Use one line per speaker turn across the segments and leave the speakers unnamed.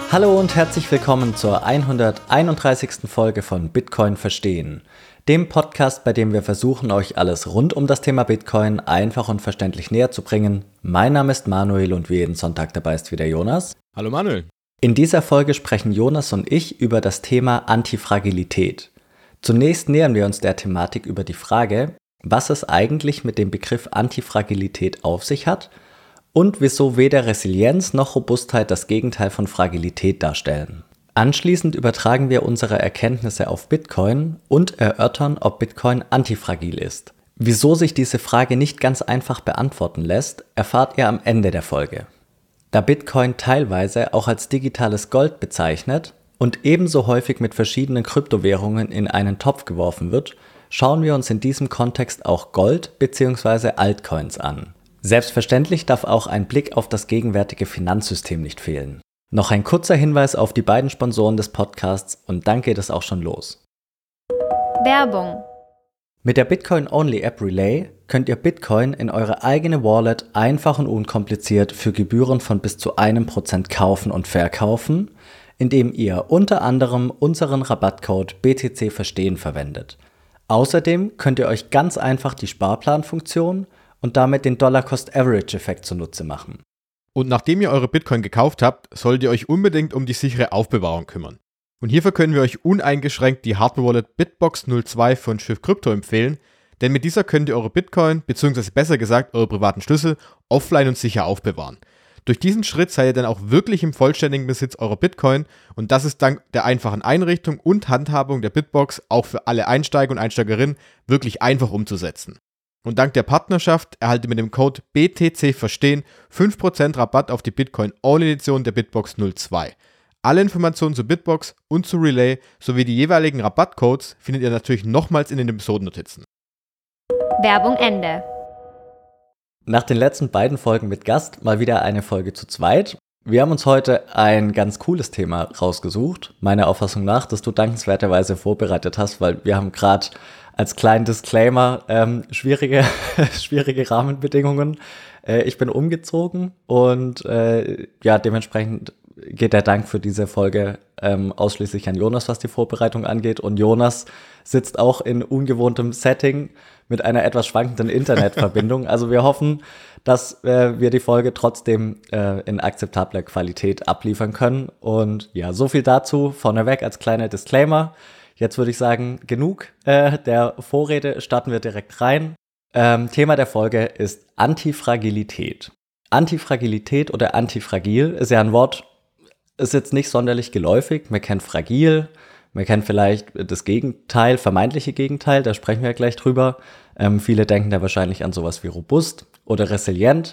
Hallo und herzlich willkommen zur 131. Folge von Bitcoin verstehen, dem Podcast, bei dem wir versuchen, euch alles rund um das Thema Bitcoin einfach und verständlich näher zu bringen. Mein Name ist Manuel und wie jeden Sonntag dabei ist wieder Jonas.
Hallo Manuel.
In dieser Folge sprechen Jonas und ich über das Thema Antifragilität. Zunächst nähern wir uns der Thematik über die Frage, was es eigentlich mit dem Begriff Antifragilität auf sich hat und wieso weder Resilienz noch Robustheit das Gegenteil von Fragilität darstellen. Anschließend übertragen wir unsere Erkenntnisse auf Bitcoin und erörtern, ob Bitcoin antifragil ist. Wieso sich diese Frage nicht ganz einfach beantworten lässt, erfahrt ihr am Ende der Folge. Da Bitcoin teilweise auch als digitales Gold bezeichnet und ebenso häufig mit verschiedenen Kryptowährungen in einen Topf geworfen wird, schauen wir uns in diesem Kontext auch Gold bzw. Altcoins an. Selbstverständlich darf auch ein Blick auf das gegenwärtige Finanzsystem nicht fehlen. Noch ein kurzer Hinweis auf die beiden Sponsoren des Podcasts und dann geht es auch schon los.
Werbung.
Mit der Bitcoin-Only-App Relay könnt ihr Bitcoin in eure eigene Wallet einfach und unkompliziert für Gebühren von bis zu 1% kaufen und verkaufen, indem ihr unter anderem unseren Rabattcode BTC Verstehen verwendet. Außerdem könnt ihr euch ganz einfach die Sparplanfunktion und damit den Dollar-Cost-Average-Effekt zunutze machen.
Und nachdem ihr eure Bitcoin gekauft habt, solltet ihr euch unbedingt um die sichere Aufbewahrung kümmern. Und hierfür können wir euch uneingeschränkt die Hardware-Wallet Bitbox 02 von Schiff Crypto empfehlen, denn mit dieser könnt ihr eure Bitcoin, bzw. besser gesagt eure privaten Schlüssel, offline und sicher aufbewahren. Durch diesen Schritt seid ihr dann auch wirklich im vollständigen Besitz eurer Bitcoin und das ist dank der einfachen Einrichtung und Handhabung der Bitbox auch für alle Einsteiger und Einsteigerinnen wirklich einfach umzusetzen. Und dank der Partnerschaft erhaltet ihr mit dem Code BTC Verstehen 5% Rabatt auf die Bitcoin-All-Edition der Bitbox 02. Alle Informationen zu Bitbox und zu Relay sowie die jeweiligen Rabattcodes findet ihr natürlich nochmals in den Episodennotizen.
Werbung Ende.
Nach den letzten beiden Folgen mit Gast mal wieder eine Folge zu zweit. Wir haben uns heute ein ganz cooles Thema rausgesucht, meiner Auffassung nach, das du dankenswerterweise vorbereitet hast, weil wir haben gerade als kleinen Disclaimer schwierige Rahmenbedingungen. Ich bin umgezogen und dementsprechend geht der Dank für diese Folge ausschließlich an Jonas, was die Vorbereitung angeht. Und Jonas sitzt auch in ungewohntem Setting mit einer etwas schwankenden Internetverbindung. Also wir hoffen, dass wir die Folge trotzdem in akzeptabler Qualität abliefern können. Und ja, so viel dazu vorneweg als kleiner Disclaimer. Jetzt würde ich sagen, genug der Vorrede, starten wir direkt rein. Thema der Folge ist Antifragilität. Antifragilität oder antifragil ist ja ein Wort, ist jetzt nicht sonderlich geläufig. Man kennt fragil, man kennt vielleicht das Gegenteil, vermeintliche Gegenteil, da sprechen wir gleich drüber. Viele denken da wahrscheinlich an sowas wie robust oder resilient.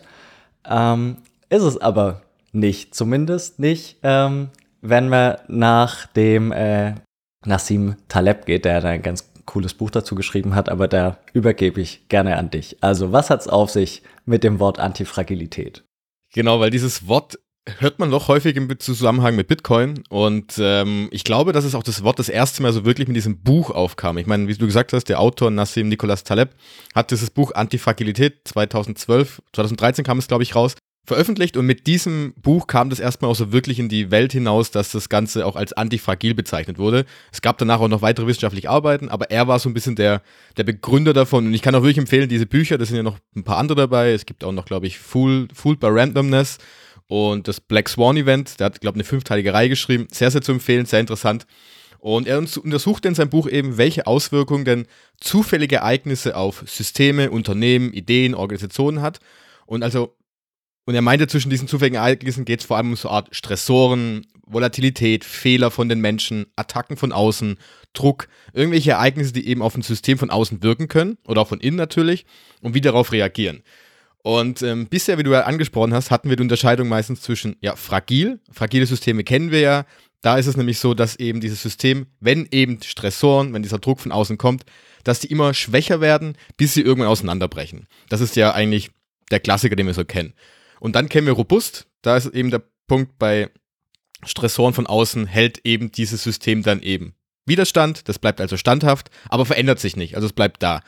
Ist es aber nicht, zumindest nicht, wenn man nach dem Nassim Taleb geht, der da ein ganz cooles Buch dazu geschrieben hat, aber da übergebe ich gerne an dich. Also, was hat's auf sich mit dem Wort Antifragilität?
Genau, weil dieses Wort hört man doch häufig im Zusammenhang mit Bitcoin und ich glaube, dass es auch das Wort das erste Mal so wirklich mit diesem Buch aufkam. Ich meine, wie du gesagt hast, der Autor Nassim Nicholas Taleb hat dieses Buch Antifragilität 2013 kam es, glaube ich, raus, veröffentlicht und mit diesem Buch kam das erstmal auch so wirklich in die Welt hinaus, dass das Ganze auch als antifragil bezeichnet wurde. Es gab danach auch noch weitere wissenschaftliche Arbeiten, aber er war so ein bisschen der Begründer davon und ich kann auch wirklich empfehlen, diese Bücher, da sind ja noch ein paar andere dabei, es gibt auch noch, glaube ich, Fooled by Randomness und das Black Swan Event, der hat, glaube ich, eine 5-teilige Reihe geschrieben, sehr, sehr zu empfehlen, sehr interessant. Und er untersucht in seinem Buch eben, welche Auswirkungen denn zufällige Ereignisse auf Systeme, Unternehmen, Ideen, Organisationen hat und er meinte, zwischen diesen zufälligen Ereignissen geht es vor allem um so eine Art Stressoren, Volatilität, Fehler von den Menschen, Attacken von außen, Druck, irgendwelche Ereignisse, die eben auf ein System von außen wirken können oder auch von innen natürlich und wie darauf reagieren. Und bisher, wie du ja angesprochen hast, hatten wir die Unterscheidung meistens zwischen, fragile Systeme kennen wir ja, da ist es nämlich so, dass eben dieses System, wenn eben Stressoren, wenn dieser Druck von außen kommt, dass die immer schwächer werden, bis sie irgendwann auseinanderbrechen. Das ist ja eigentlich der Klassiker, den wir so kennen. Und dann kennen wir robust, da ist eben der Punkt bei Stressoren von außen, hält eben dieses System dann eben Widerstand, das bleibt also standhaft, aber verändert sich nicht, also es bleibt da.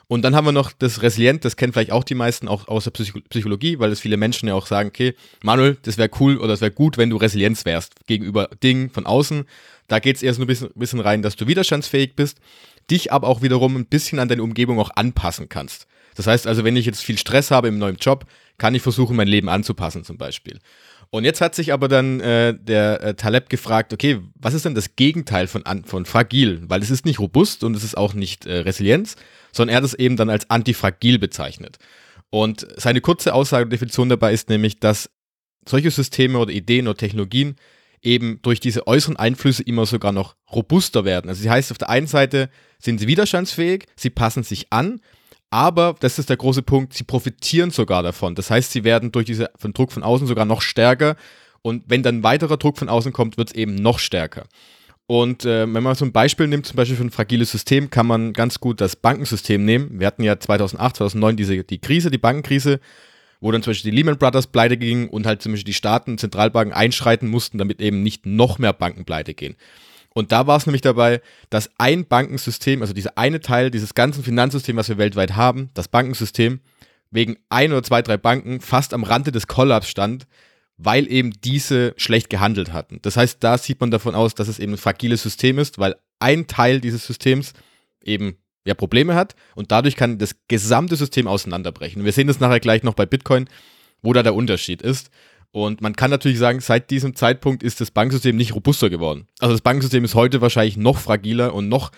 Und dann haben wir noch das Resilient, das kennen vielleicht auch die meisten, auch aus der Psychologie, weil es viele Menschen ja auch sagen, okay, Manuel, das wäre cool oder das wäre gut, wenn du Resilienz wärst gegenüber Dingen von außen. Da geht es erst nur ein bisschen rein, dass du widerstandsfähig bist, dich aber auch wiederum ein bisschen an deine Umgebung auch anpassen kannst. Das heißt also, wenn ich jetzt viel Stress habe im neuen Job, kann ich versuchen, mein Leben anzupassen zum Beispiel. Und jetzt hat sich aber dann der Taleb gefragt, okay, was ist denn das Gegenteil von fragil? Weil es ist nicht robust und es ist auch nicht Resilienz, sondern er hat es eben dann als antifragil bezeichnet. Und seine kurze Aussage und Definition dabei ist nämlich, dass solche Systeme oder Ideen oder Technologien eben durch diese äußeren Einflüsse immer sogar noch robuster werden. Also sie heißt, auf der einen Seite sind sie widerstandsfähig, sie passen sich an, aber, das ist der große Punkt, sie profitieren sogar davon. Das heißt, sie werden durch diesen Druck von außen sogar noch stärker und wenn dann weiterer Druck von außen kommt, wird es eben noch stärker. Und wenn man so ein Beispiel nimmt, zum Beispiel für ein fragiles System, kann man ganz gut das Bankensystem nehmen. Wir hatten ja 2008, 2009 die Bankenkrise, wo dann zum Beispiel die Lehman Brothers pleite gingen und halt zum Beispiel die Staaten, Zentralbanken einschreiten mussten, damit eben nicht noch mehr Banken pleite gehen. Und da war es nämlich dabei, dass ein Bankensystem, also dieser eine Teil dieses ganzen Finanzsystems, was wir weltweit haben, das Bankensystem, wegen 1 oder 2, 3 Banken fast am Rande des Kollaps stand, weil eben diese schlecht gehandelt hatten. Das heißt, da sieht man davon aus, dass es eben ein fragiles System ist, weil ein Teil dieses Systems eben ja Probleme hat und dadurch kann das gesamte System auseinanderbrechen. Und wir sehen das nachher gleich noch bei Bitcoin, wo da der Unterschied ist. Und man kann natürlich sagen, seit diesem Zeitpunkt ist das Bankensystem nicht robuster geworden. Also das Bankensystem ist heute wahrscheinlich noch fragiler und noch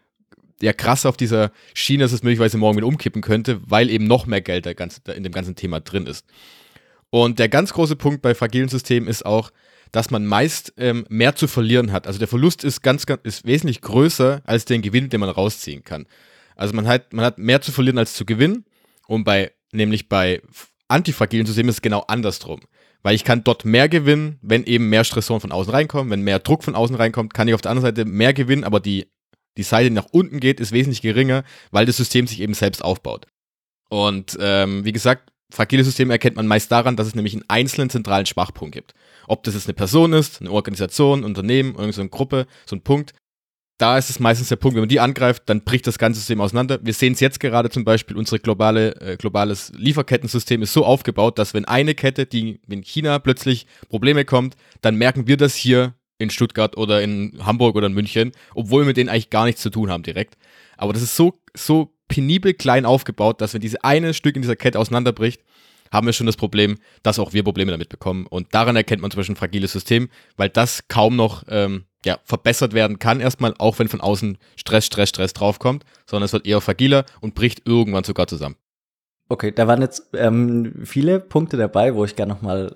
krasser auf dieser Schiene, dass es möglicherweise morgen wieder umkippen könnte, weil eben noch mehr Geld in dem ganzen Thema drin ist. Und der ganz große Punkt bei fragilen Systemen ist auch, dass man meist mehr zu verlieren hat. Also der Verlust ist ist wesentlich größer als den Gewinn, den man rausziehen kann. Also man hat mehr zu verlieren als zu gewinnen. Und nämlich bei antifragilen Systemen ist es genau andersrum. Weil ich kann dort mehr gewinnen, wenn eben mehr Stressoren von außen reinkommen, wenn mehr Druck von außen reinkommt, kann ich auf der anderen Seite mehr gewinnen, aber die Seite, die nach unten geht, ist wesentlich geringer, weil das System sich eben selbst aufbaut. Und wie gesagt, fragile Systeme erkennt man meist daran, dass es nämlich einen einzelnen zentralen Schwachpunkt gibt. Ob das jetzt eine Person ist, eine Organisation, ein Unternehmen, irgendeine so eine Gruppe, so ein Punkt. Da ist es meistens der Punkt, wenn man die angreift, dann bricht das ganze System auseinander. Wir sehen es jetzt gerade zum Beispiel, unser globales Lieferkettensystem ist so aufgebaut, dass wenn eine Kette, wenn China plötzlich Probleme kommt, dann merken wir das hier in Stuttgart oder in Hamburg oder in München, obwohl wir mit denen eigentlich gar nichts zu tun haben direkt. Aber das ist so penibel klein aufgebaut, dass wenn dieses eine Stück in dieser Kette auseinanderbricht, haben wir schon das Problem, dass auch wir Probleme damit bekommen. Und daran erkennt man zum Beispiel ein fragiles System, weil das kaum noch verbessert werden kann erstmal, auch wenn von außen Stress draufkommt, sondern es wird eher fragiler und bricht irgendwann sogar zusammen.
Okay, da waren jetzt viele Punkte dabei, wo ich gerne nochmal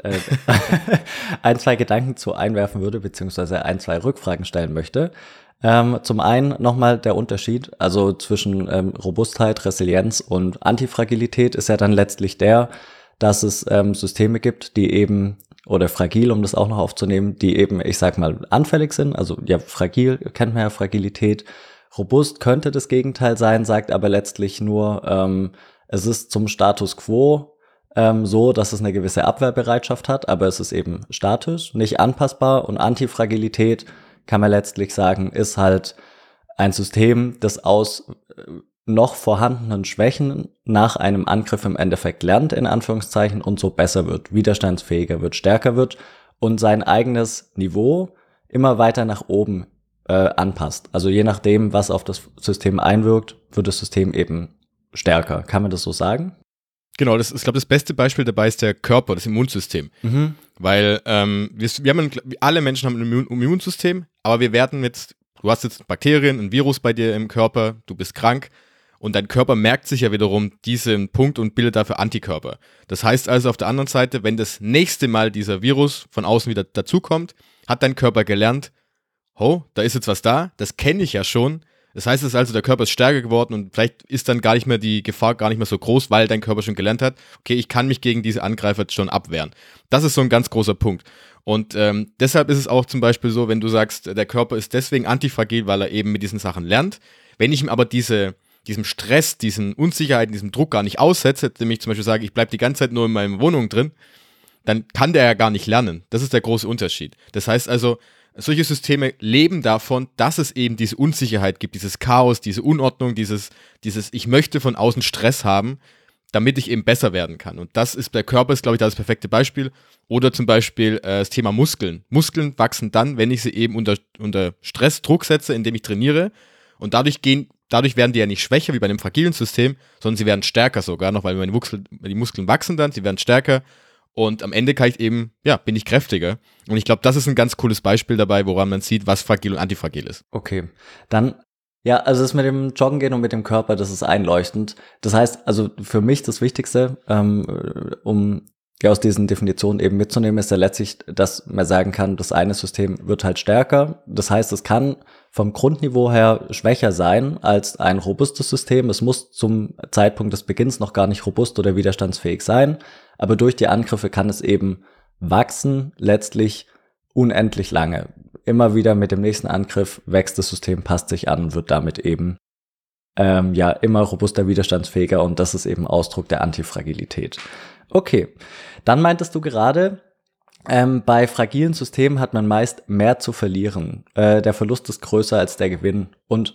1, 2 Gedanken zu einwerfen würde, beziehungsweise 1, 2 Rückfragen stellen möchte. Zum einen nochmal der Unterschied, also zwischen Robustheit, Resilienz und Antifragilität ist ja dann letztlich dass es Systeme gibt, die eben, oder fragil, um das auch noch aufzunehmen, die eben, ich sag mal, anfällig sind. Also ja, fragil, kennt man ja Fragilität. Robust könnte das Gegenteil sein, sagt aber letztlich nur, es ist zum Status quo so, dass es eine gewisse Abwehrbereitschaft hat, aber es ist eben statisch, nicht anpassbar. Und Antifragilität, kann man letztlich sagen, ist halt ein System, das aus noch vorhandenen Schwächen nach einem Angriff im Endeffekt lernt, in Anführungszeichen, und so besser wird, widerstandsfähiger wird, stärker wird und sein eigenes Niveau immer weiter nach oben anpasst. Also je nachdem, was auf das System einwirkt, wird das System eben stärker. Kann man das so sagen?
Genau, ich glaube, das beste Beispiel dabei ist der Körper, das Immunsystem. Mhm. Weil alle Menschen haben ein Immunsystem, aber du hast jetzt Bakterien, ein Virus bei dir im Körper, du bist krank und dein Körper merkt sich ja wiederum diesen Punkt und bildet dafür Antikörper. Das heißt also auf der anderen Seite, wenn das nächste Mal dieser Virus von außen wieder dazukommt, hat dein Körper gelernt, da ist jetzt was da, das kenne ich ja schon. Das heißt also, der Körper ist stärker geworden und vielleicht ist dann die Gefahr gar nicht mehr so groß, weil dein Körper schon gelernt hat, okay, ich kann mich gegen diese Angreifer jetzt schon abwehren. Das ist so ein ganz großer Punkt. Und deshalb ist es auch zum Beispiel so, wenn du sagst, der Körper ist deswegen antifragil, weil er eben mit diesen Sachen lernt. Wenn ich ihm aber diesem Stress, diesen Unsicherheiten, diesem Druck gar nicht aussetze, nämlich zum Beispiel sage, ich bleibe die ganze Zeit nur in meiner Wohnung drin, dann kann der ja gar nicht lernen. Das ist der große Unterschied. Das heißt also, solche Systeme leben davon, dass es eben diese Unsicherheit gibt, dieses Chaos, diese Unordnung, dieses ich möchte von außen Stress haben, damit ich eben besser werden kann. Und der Körper ist, glaube ich, da das perfekte Beispiel. Oder zum Beispiel das Thema Muskeln. Muskeln wachsen dann, wenn ich sie eben unter Stress, Druck setze, indem ich trainiere. Und dadurch werden die ja nicht schwächer wie bei einem fragilen System, sondern sie werden stärker sogar noch, weil die Muskeln wachsen dann, sie werden stärker. Und am Ende bin ich kräftiger. Und ich glaube, das ist ein ganz cooles Beispiel dabei, woran man sieht, was fragil und antifragil ist.
Okay, dann, ja, also das mit dem Joggen gehen und mit dem Körper, das ist einleuchtend. Das heißt, also für mich das Wichtigste, um aus diesen Definitionen eben mitzunehmen, ist ja letztlich, dass man sagen kann, das eine System wird halt stärker. Das heißt, es kann vom Grundniveau her schwächer sein als ein robustes System. Es muss zum Zeitpunkt des Beginns noch gar nicht robust oder widerstandsfähig sein. Aber durch die Angriffe kann es eben wachsen, letztlich unendlich lange. Immer wieder mit dem nächsten Angriff wächst das System, passt sich an und wird damit eben immer robuster, widerstandsfähiger, und das ist eben Ausdruck der Antifragilität. Okay, dann meintest du gerade, bei fragilen Systemen hat man meist mehr zu verlieren. Der Verlust ist größer als der Gewinn. Und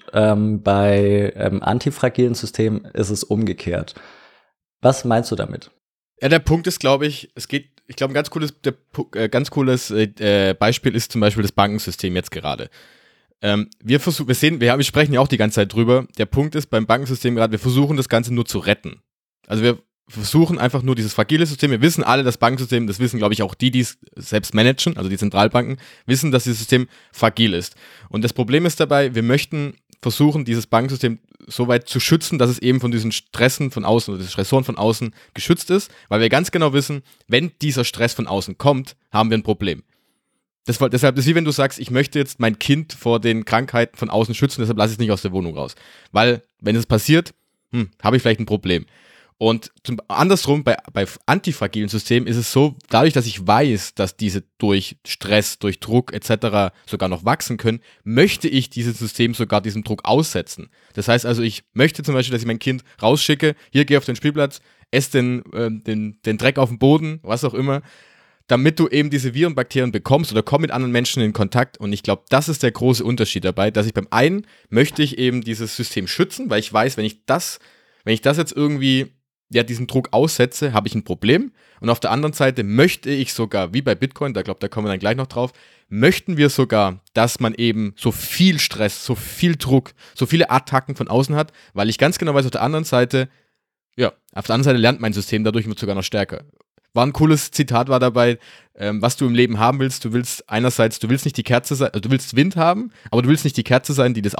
bei antifragilen Systemen ist es umgekehrt. Was meinst du damit?
Ja, der Punkt ist, glaube ich, ein ganz cooles Beispiel ist zum Beispiel das Bankensystem jetzt gerade. Wir sprechen ja auch die ganze Zeit drüber. Der Punkt ist beim Bankensystem gerade, wir versuchen das Ganze nur zu retten. Also wir versuchen einfach nur dieses fragile System. Wir wissen alle, das Bankensystem, das wissen, glaube ich, auch die es selbst managen, also die Zentralbanken, wissen, dass dieses System fragil ist. Und das Problem ist dabei, wir möchten versuchen, dieses Bankensystem so weit zu schützen, dass es eben von diesen Stressen von außen oder diesen Stressoren von außen geschützt ist, weil wir ganz genau wissen, wenn dieser Stress von außen kommt, haben wir ein Problem. Deshalb ist es wie wenn du sagst, ich möchte jetzt mein Kind vor den Krankheiten von außen schützen, deshalb lasse ich es nicht aus der Wohnung raus. Weil, wenn es passiert, habe ich vielleicht ein Problem. Und andersrum, bei antifragilen Systemen ist es so, dadurch, dass ich weiß, dass diese durch Stress, durch Druck etc. sogar noch wachsen können, möchte ich dieses System sogar diesem Druck aussetzen. Das heißt also, ich möchte zum Beispiel, dass ich mein Kind rausschicke, hier geh auf den Spielplatz, ess den Dreck auf dem Boden, was auch immer, damit du eben diese Viren, Bakterien bekommst oder komm mit anderen Menschen in Kontakt. Und ich glaube, das ist der große Unterschied dabei, dass ich beim einen möchte ich eben dieses System schützen, weil ich weiß, wenn ich das jetzt irgendwie diesen Druck aussetze, habe ich ein Problem. Und auf der anderen Seite möchte ich sogar, wie bei Bitcoin, da kommen wir dann gleich noch drauf, möchten wir sogar, dass man eben so viel Stress, so viel Druck, so viele Attacken von außen hat, weil ich ganz genau weiß, auf der anderen Seite lernt mein System dadurch wird sogar noch stärker. War ein cooles Zitat war dabei, was du im Leben haben willst. Du willst nicht die Kerze sein, du willst Wind haben, aber du willst nicht die Kerze sein, die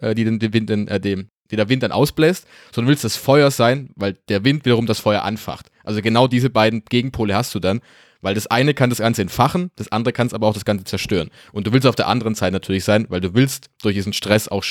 der Wind dann ausbläst, sondern du willst das Feuer sein, weil der Wind wiederum das Feuer anfacht. Also genau diese beiden Gegenpole hast du dann, weil das eine kann das Ganze entfachen, das andere kann es aber auch das Ganze zerstören. Und du willst auf der anderen Seite natürlich sein, weil du willst durch diesen Stress auch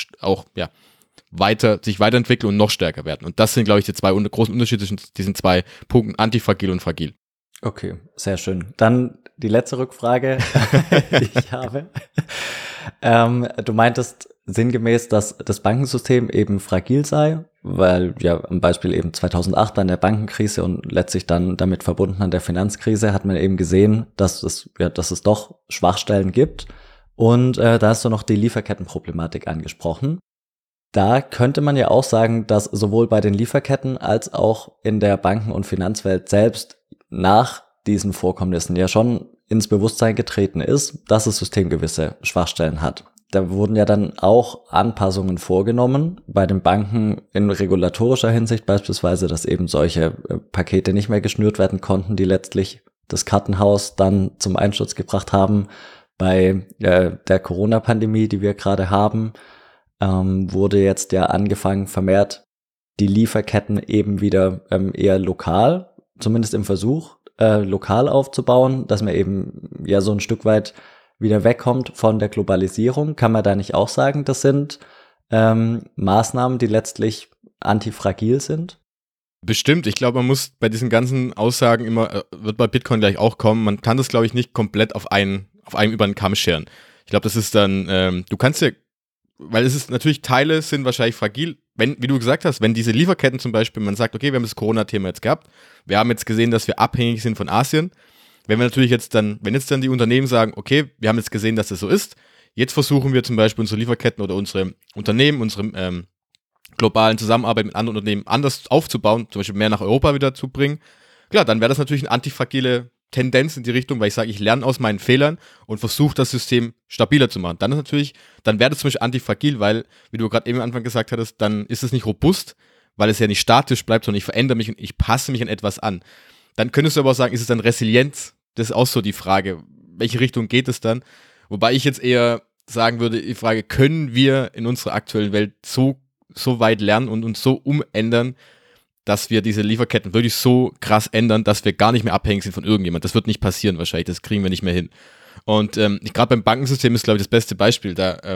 sich weiterentwickeln und noch stärker werden. Und das sind, glaube ich, die zwei großen Unterschiede zwischen diesen zwei Punkten, antifragil und fragil.
Okay, sehr schön. Dann die letzte Rückfrage, die ich habe. Du meintest sinngemäß, dass das Bankensystem eben fragil sei, weil ja am Beispiel eben 2008 bei der Bankenkrise und letztlich dann damit verbunden an der Finanzkrise hat man eben gesehen, dass es doch Schwachstellen gibt. Und da hast du noch die Lieferkettenproblematik angesprochen. Da könnte man ja auch sagen, dass sowohl bei den Lieferketten als auch in der Banken- und Finanzwelt selbst nach diesen Vorkommnissen ja schon ins Bewusstsein getreten ist, dass das System gewisse Schwachstellen hat. Da wurden ja dann auch Anpassungen vorgenommen, bei den Banken in regulatorischer Hinsicht beispielsweise, dass eben solche Pakete nicht mehr geschnürt werden konnten, die letztlich das Kartenhaus dann zum Einsturz gebracht haben. Bei der Corona-Pandemie, die wir gerade haben, wurde jetzt ja angefangen, vermehrt die Lieferketten eben wieder eher lokal, zumindest im Versuch, lokal aufzubauen, dass man eben ja so ein Stück weit wieder wegkommt von der Globalisierung. Kann man da nicht auch sagen, das sind Maßnahmen, die letztlich antifragil sind?
Bestimmt. Ich glaube, man muss bei diesen ganzen Aussagen immer, wird bei Bitcoin gleich auch kommen, man kann das, glaube ich, nicht komplett auf einem über den Kamm scheren. Ich glaube, das ist dann, du kannst ja, weil es ist natürlich, Teile sind wahrscheinlich fragil, wie du gesagt hast, wenn diese Lieferketten zum Beispiel, man sagt, okay, wir haben das Corona-Thema jetzt gehabt, wir haben jetzt gesehen, dass wir abhängig sind von Asien, wenn jetzt dann die Unternehmen sagen, okay, wir haben jetzt gesehen, dass das so ist, jetzt versuchen wir zum Beispiel unsere Lieferketten oder unsere Unternehmen, unsere globalen Zusammenarbeit mit anderen Unternehmen anders aufzubauen, zum Beispiel mehr nach Europa wieder zu bringen, klar, dann wäre das natürlich eine antifragile Tendenz in die Richtung, weil ich sage, ich lerne aus meinen Fehlern und versuche das System stabiler zu machen. Dann wäre das zum Beispiel antifragil, weil, wie du gerade eben am Anfang gesagt hattest, dann ist es nicht robust, weil es ja nicht statisch bleibt, sondern ich verändere mich und ich passe mich an etwas an. Dann könntest du aber auch sagen, ist es dann Resilienz? Das ist auch so die Frage, welche Richtung geht es dann? Wobei ich jetzt eher sagen würde, die Frage, können wir in unserer aktuellen Welt so weit lernen und uns so umändern, dass wir diese Lieferketten wirklich so krass ändern, dass wir gar nicht mehr abhängig sind von irgendjemand. Das wird nicht passieren wahrscheinlich, das kriegen wir nicht mehr hin. Und gerade beim Bankensystem ist, glaube ich, das beste Beispiel.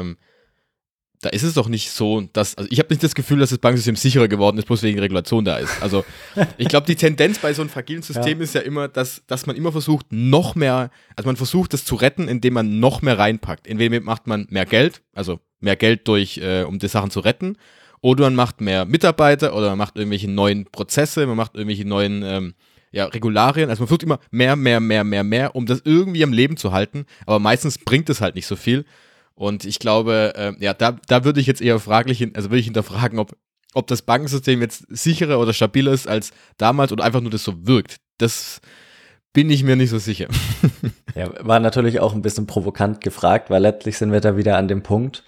Da ist es doch nicht so, also ich habe nicht das Gefühl, dass das Bankensystem sicherer geworden ist, bloß wegen Regulation da ist. Also ich glaube, die Tendenz bei so einem fragilen System ist ja immer, dass man immer versucht, noch mehr, also man versucht, das zu retten, indem man noch mehr reinpackt. Entweder macht man mehr Geld, also mehr Geld um die Sachen zu retten, oder man macht mehr Mitarbeiter oder man macht irgendwelche neuen Prozesse, man macht irgendwelche neuen Regularien. Also man versucht immer mehr, um das irgendwie am Leben zu halten. Aber meistens bringt es halt nicht so viel. Und ich glaube, da würde ich jetzt eher würde ich hinterfragen, ob das Bankensystem jetzt sicherer oder stabiler ist als damals oder einfach nur das so wirkt. Das bin ich mir nicht so sicher.
Ja, war natürlich auch ein bisschen provokant gefragt, weil letztlich sind wir da wieder an dem Punkt,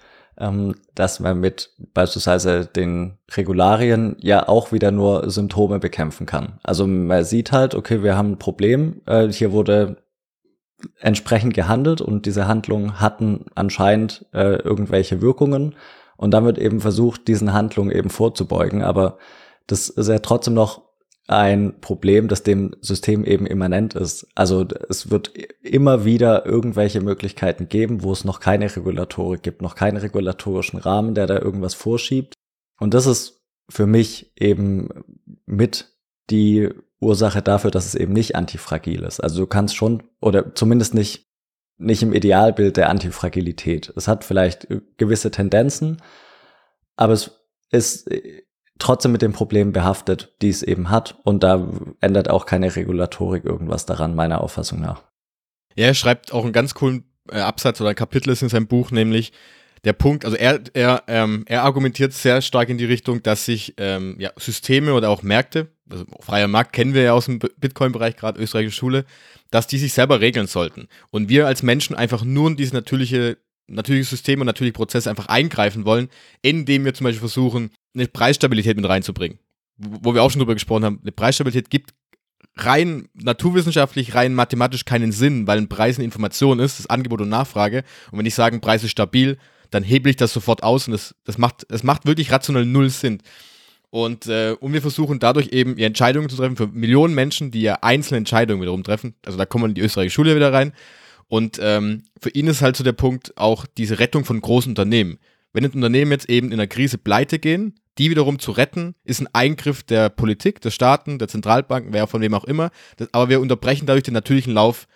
dass man mit beispielsweise den Regularien ja auch wieder nur Symptome bekämpfen kann. Also man sieht halt, okay, wir haben ein Problem, hier wurde entsprechend gehandelt und diese Handlungen hatten anscheinend irgendwelche Wirkungen und dann wird eben versucht, diesen Handlungen eben vorzubeugen, aber das ist ja trotzdem noch ein Problem, das dem System eben immanent ist. Also es wird immer wieder irgendwelche Möglichkeiten geben, wo es noch keine Regulatorik gibt, noch keinen regulatorischen Rahmen, der da irgendwas vorschiebt. Und das ist für mich eben mit die Ursache dafür, dass es eben nicht antifragil ist. Also du kannst schon, oder zumindest nicht im Idealbild der Antifragilität. Es hat vielleicht gewisse Tendenzen, aber es ist trotzdem mit dem Problem behaftet, die es eben hat. Und da ändert auch keine Regulatorik irgendwas daran, meiner Auffassung nach.
Ja, er schreibt auch einen ganz coolen Absatz oder ein Kapitel ist in seinem Buch, nämlich der Punkt, also er argumentiert sehr stark in die Richtung, dass sich Systeme oder auch Märkte, also freier Markt kennen wir ja aus dem Bitcoin-Bereich, gerade österreichische Schule, dass die sich selber regeln sollten. Und wir als Menschen einfach nur in dieses natürliche System und natürliche Prozesse einfach eingreifen wollen, indem wir zum Beispiel versuchen, eine Preisstabilität mit reinzubringen. Wo wir auch schon drüber gesprochen haben, eine Preisstabilität gibt rein naturwissenschaftlich, rein mathematisch keinen Sinn, weil ein Preis eine Information ist, das Angebot und Nachfrage. Und wenn ich sage, ein Preis ist stabil, dann hebel ich das sofort aus und das macht wirklich rational null Sinn. Und wir versuchen dadurch eben Entscheidungen zu treffen für Millionen Menschen, die ja einzelne Entscheidungen wiederum treffen. Also da kommen wir in die österreichische Schule wieder rein. Und für ihn ist halt so der Punkt auch diese Rettung von großen Unternehmen. Wenn ein Unternehmen jetzt eben in einer Krise pleite gehen, die wiederum zu retten, ist ein Eingriff der Politik, der Staaten, der Zentralbanken, wer von wem auch immer. Aber wir unterbrechen dadurch den natürlichen Lauf,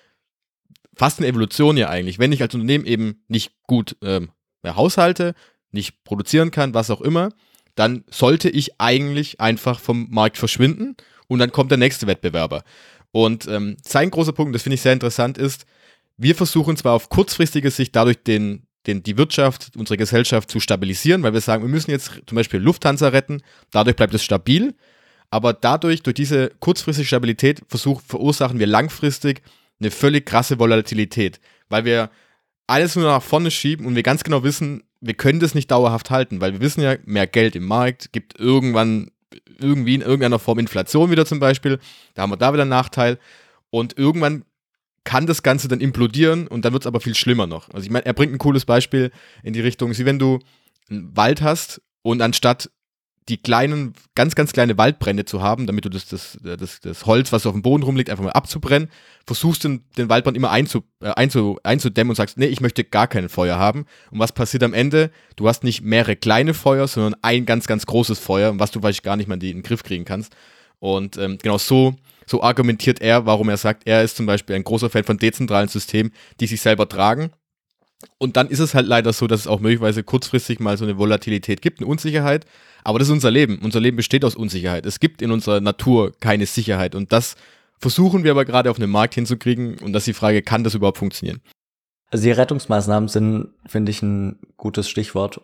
fast eine Evolution ja eigentlich. Wenn ich als Unternehmen eben nicht gut haushalte, nicht produzieren kann, was auch immer, dann sollte ich eigentlich einfach vom Markt verschwinden und dann kommt der nächste Wettbewerber. Und sein großer Punkt, das finde ich sehr interessant, ist, wir versuchen zwar auf kurzfristige Sicht dadurch die Wirtschaft, unsere Gesellschaft zu stabilisieren, weil wir sagen, wir müssen jetzt zum Beispiel Lufthansa retten, dadurch bleibt es stabil, aber durch diese kurzfristige Stabilität verursachen wir langfristig eine völlig krasse Volatilität, weil wir alles nur nach vorne schieben und wir ganz genau wissen, wir können das nicht dauerhaft halten, weil wir wissen ja, mehr Geld im Markt gibt irgendwie in irgendeiner Form Inflation wieder zum Beispiel, da haben wir da wieder einen Nachteil und irgendwann kann das Ganze dann implodieren und dann wird es aber viel schlimmer noch. Also ich meine, er bringt ein cooles Beispiel in die Richtung, wie wenn du einen Wald hast und anstatt die kleinen, ganz, ganz kleine Waldbrände zu haben, damit du das Holz, was auf dem Boden rumliegt, einfach mal abzubrennen, versuchst du den Waldbrand immer einzudämmen und sagst, nee, ich möchte gar kein Feuer haben. Und was passiert am Ende? Du hast nicht mehrere kleine Feuer, sondern ein ganz, ganz großes Feuer, was du vielleicht gar nicht mal in den Griff kriegen kannst. Und genau so argumentiert er, warum er sagt, er ist zum Beispiel ein großer Fan von dezentralen Systemen, die sich selber tragen. Und dann ist es halt leider so, dass es auch möglicherweise kurzfristig mal so eine Volatilität gibt, eine Unsicherheit. Aber das ist unser Leben. Unser Leben besteht aus Unsicherheit. Es gibt in unserer Natur keine Sicherheit. Und das versuchen wir aber gerade auf einem Markt hinzukriegen und das ist die Frage, kann das überhaupt funktionieren?
Also die Rettungsmaßnahmen sind, finde ich, ein gutes Stichwort,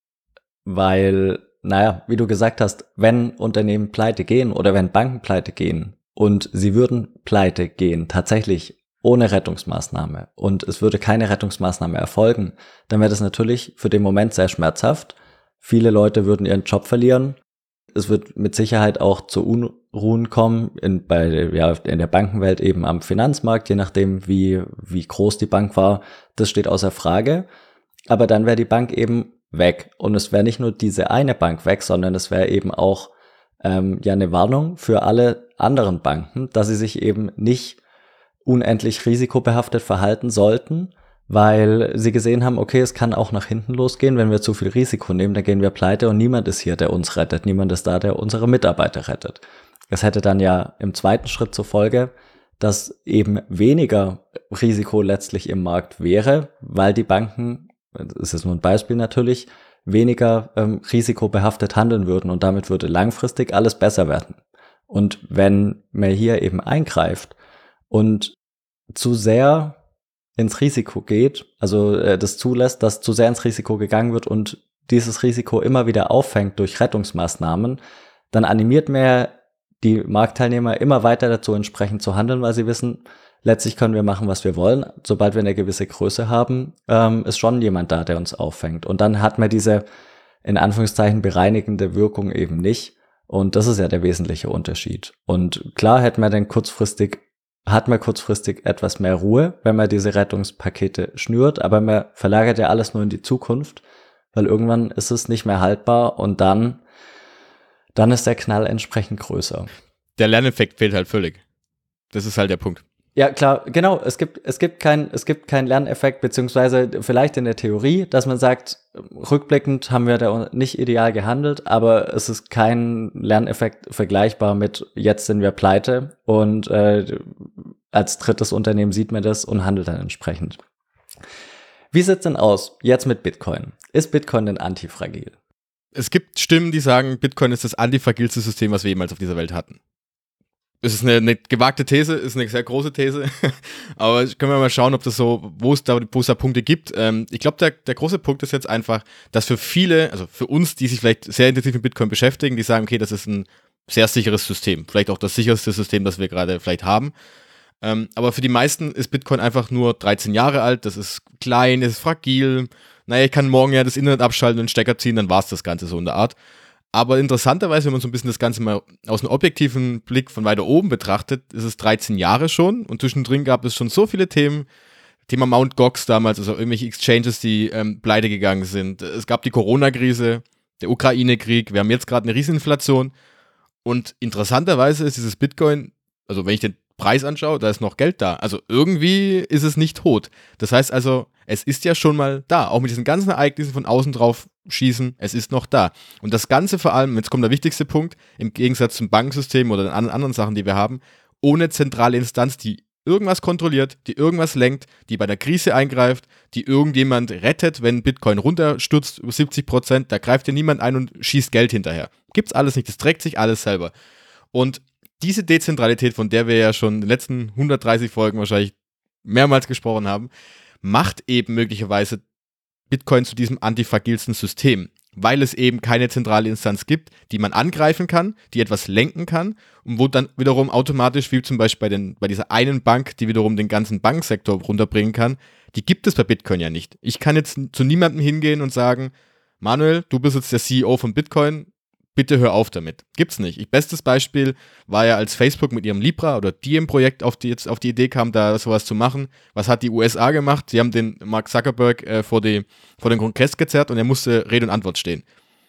weil, naja, wie du gesagt hast, wenn Unternehmen pleite gehen oder wenn Banken pleite gehen und sie würden pleite gehen, tatsächlich ohne Rettungsmaßnahme und es würde keine Rettungsmaßnahme erfolgen, dann wäre das natürlich für den Moment sehr schmerzhaft. Viele Leute würden ihren Job verlieren. Es wird mit Sicherheit auch zu Unruhen kommen in der Bankenwelt, eben am Finanzmarkt, je nachdem, wie groß die Bank war. Das steht außer Frage. Aber dann wäre die Bank eben weg. Und es wäre nicht nur diese eine Bank weg, sondern es wäre eben auch eine Warnung für alle anderen Banken, dass sie sich eben nicht unendlich risikobehaftet verhalten sollten, weil sie gesehen haben, okay, es kann auch nach hinten losgehen, wenn wir zu viel Risiko nehmen, dann gehen wir pleite und niemand ist hier, der uns rettet, niemand ist da, der unsere Mitarbeiter rettet. Das hätte dann ja im zweiten Schritt zur Folge, dass eben weniger Risiko letztlich im Markt wäre, weil die Banken, das ist nur ein Beispiel natürlich, weniger risikobehaftet handeln würden und damit würde langfristig alles besser werden. Und wenn man hier eben eingreift und zu sehr ins Risiko geht, also das zulässt, dass zu sehr ins Risiko gegangen wird und dieses Risiko immer wieder auffängt durch Rettungsmaßnahmen, dann animiert man die Marktteilnehmer immer weiter dazu entsprechend zu handeln, weil sie wissen, letztlich können wir machen, was wir wollen. Sobald wir eine gewisse Größe haben, ist schon jemand da, der uns auffängt. Und dann hat man diese, in Anführungszeichen, bereinigende Wirkung eben nicht. Und das ist ja der wesentliche Unterschied. Und klar hat man kurzfristig etwas mehr Ruhe, wenn man diese Rettungspakete schnürt, aber man verlagert ja alles nur in die Zukunft, weil irgendwann ist es nicht mehr haltbar und dann ist der Knall entsprechend größer.
Der Lerneffekt fehlt halt völlig. Das ist halt der Punkt.
Ja, klar, genau. Es gibt keinen Lerneffekt, beziehungsweise vielleicht in der Theorie, dass man sagt, rückblickend haben wir da nicht ideal gehandelt, aber es ist kein Lerneffekt vergleichbar mit jetzt sind wir pleite und als drittes Unternehmen sieht man das und handelt dann entsprechend. Wie sieht's denn aus jetzt mit Bitcoin? Ist Bitcoin denn antifragil?
Es gibt Stimmen, die sagen, Bitcoin ist das antifragilste System, was wir jemals auf dieser Welt hatten. Es ist eine gewagte These, ist eine sehr große These, aber können wir mal schauen, ob das so, wo es da Punkte gibt. Ich glaube, der große Punkt ist jetzt einfach, dass für viele, also für uns, die sich vielleicht sehr intensiv mit Bitcoin beschäftigen, die sagen, okay, das ist ein sehr sicheres System, vielleicht auch das sicherste System, das wir gerade vielleicht haben. Aber für die meisten ist Bitcoin einfach nur 13 Jahre alt, das ist klein, es ist fragil. Naja, ich kann morgen ja das Internet abschalten und einen Stecker ziehen, dann war es das Ganze so in der Art. Aber interessanterweise, wenn man so ein bisschen das Ganze mal aus einem objektiven Blick von weiter oben betrachtet, ist es 13 Jahre schon und zwischendrin gab es schon so viele Themen. Thema Mt. Gox damals, also irgendwelche Exchanges, die pleite gegangen sind. Es gab die Corona-Krise, der Ukraine-Krieg, wir haben jetzt gerade eine Rieseninflation und interessanterweise ist dieses Bitcoin, also wenn ich den Preis anschaue, da ist noch Geld da. Also irgendwie ist es nicht tot. Das heißt also, es ist ja schon mal da. Auch mit diesen ganzen Ereignissen von außen drauf schießen, es ist noch da. Und das Ganze vor allem, jetzt kommt der wichtigste Punkt, im Gegensatz zum Bankensystem oder den anderen Sachen, die wir haben, ohne zentrale Instanz, die irgendwas kontrolliert, die irgendwas lenkt, die bei der Krise eingreift, die irgendjemand rettet, wenn Bitcoin runterstürzt über 70%, da greift dir niemand ein und schießt Geld hinterher. Gibt's alles nicht, das trägt sich alles selber. Und diese Dezentralität, von der wir ja schon in den letzten 130 Folgen wahrscheinlich mehrmals gesprochen haben, macht eben möglicherweise Bitcoin zu diesem antifragilsten System, weil es eben keine zentrale Instanz gibt, die man angreifen kann, die etwas lenken kann und wo dann wiederum automatisch, wie zum Beispiel bei dieser einen Bank, die wiederum den ganzen Banksektor runterbringen kann, die gibt es bei Bitcoin ja nicht. Ich kann jetzt zu niemandem hingehen und sagen, Manuel, du bist jetzt der CEO von Bitcoin, bitte hör auf damit. Gibt's nicht. Bestes Beispiel war ja, als Facebook mit ihrem Libra oder Diem-Projekt auf die Idee kam, da sowas zu machen. Was hat die USA gemacht? Sie haben den Mark Zuckerberg vor den Kongress gezerrt und er musste Rede und Antwort stehen.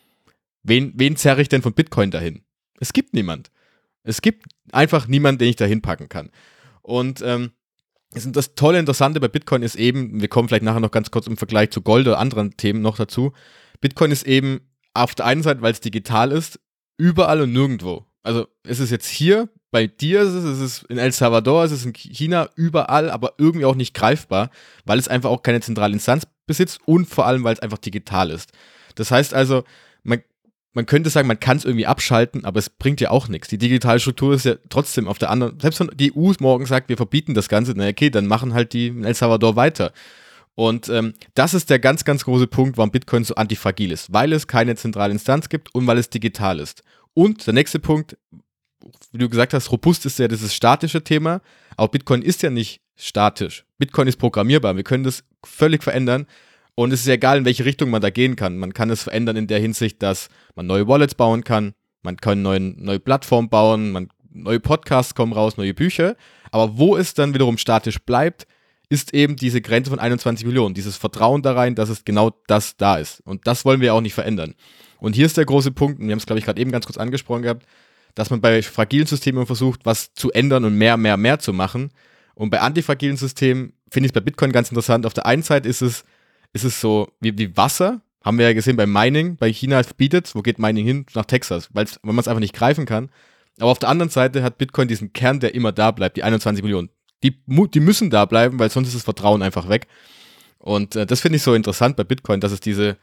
Wen zerre ich denn von Bitcoin dahin? Es gibt niemand. Es gibt einfach niemanden, den ich dahin packen kann. Und das tolle, Interessante bei Bitcoin ist eben, wir kommen vielleicht nachher noch ganz kurz im Vergleich zu Gold oder anderen Themen noch dazu, Bitcoin ist eben auf der einen Seite, weil es digital ist, überall und nirgendwo. Also es ist jetzt hier, bei dir ist es in El Salvador, es ist in China, überall, aber irgendwie auch nicht greifbar, weil es einfach auch keine zentrale Instanz besitzt und vor allem, weil es einfach digital ist. Das heißt also, man man könnte sagen, man kann es irgendwie abschalten, aber es bringt ja auch nichts. Die digitale Struktur ist ja trotzdem auf der anderen, selbst wenn die EU morgen sagt, wir verbieten das Ganze, na okay, dann machen halt die in El Salvador weiter. Und das ist der ganz, ganz große Punkt, warum Bitcoin so antifragil ist, weil es keine zentrale Instanz gibt und weil es digital ist. Und der nächste Punkt, wie du gesagt hast, robust ist ja dieses statische Thema, aber Bitcoin ist ja nicht statisch. Bitcoin ist programmierbar, wir können das völlig verändern. Und es ist ja egal, in welche Richtung man da gehen kann. Man kann es verändern in der Hinsicht, dass man neue Wallets bauen kann, man kann neue Plattformen bauen, neue Podcasts kommen raus, neue Bücher. Aber wo es dann wiederum statisch bleibt, ist eben diese Grenze von 21 Millionen. Dieses Vertrauen da rein, dass es genau das da ist. Und das wollen wir auch nicht verändern. Und hier ist der große Punkt, und wir haben es, glaube ich, gerade eben ganz kurz angesprochen gehabt, dass man bei fragilen Systemen versucht, was zu ändern und mehr zu machen. Und bei antifragilen Systemen finde ich es bei Bitcoin ganz interessant. Auf der einen Seite ist es so wie Wasser, haben wir ja gesehen beim Mining, bei China verbietet, wo geht Mining hin? Nach Texas, weil man es einfach nicht greifen kann. Aber auf der anderen Seite hat Bitcoin diesen Kern, der immer da bleibt, die 21 Millionen. Die müssen da bleiben, weil sonst ist das Vertrauen einfach weg. Und das finde ich so interessant bei Bitcoin, dass es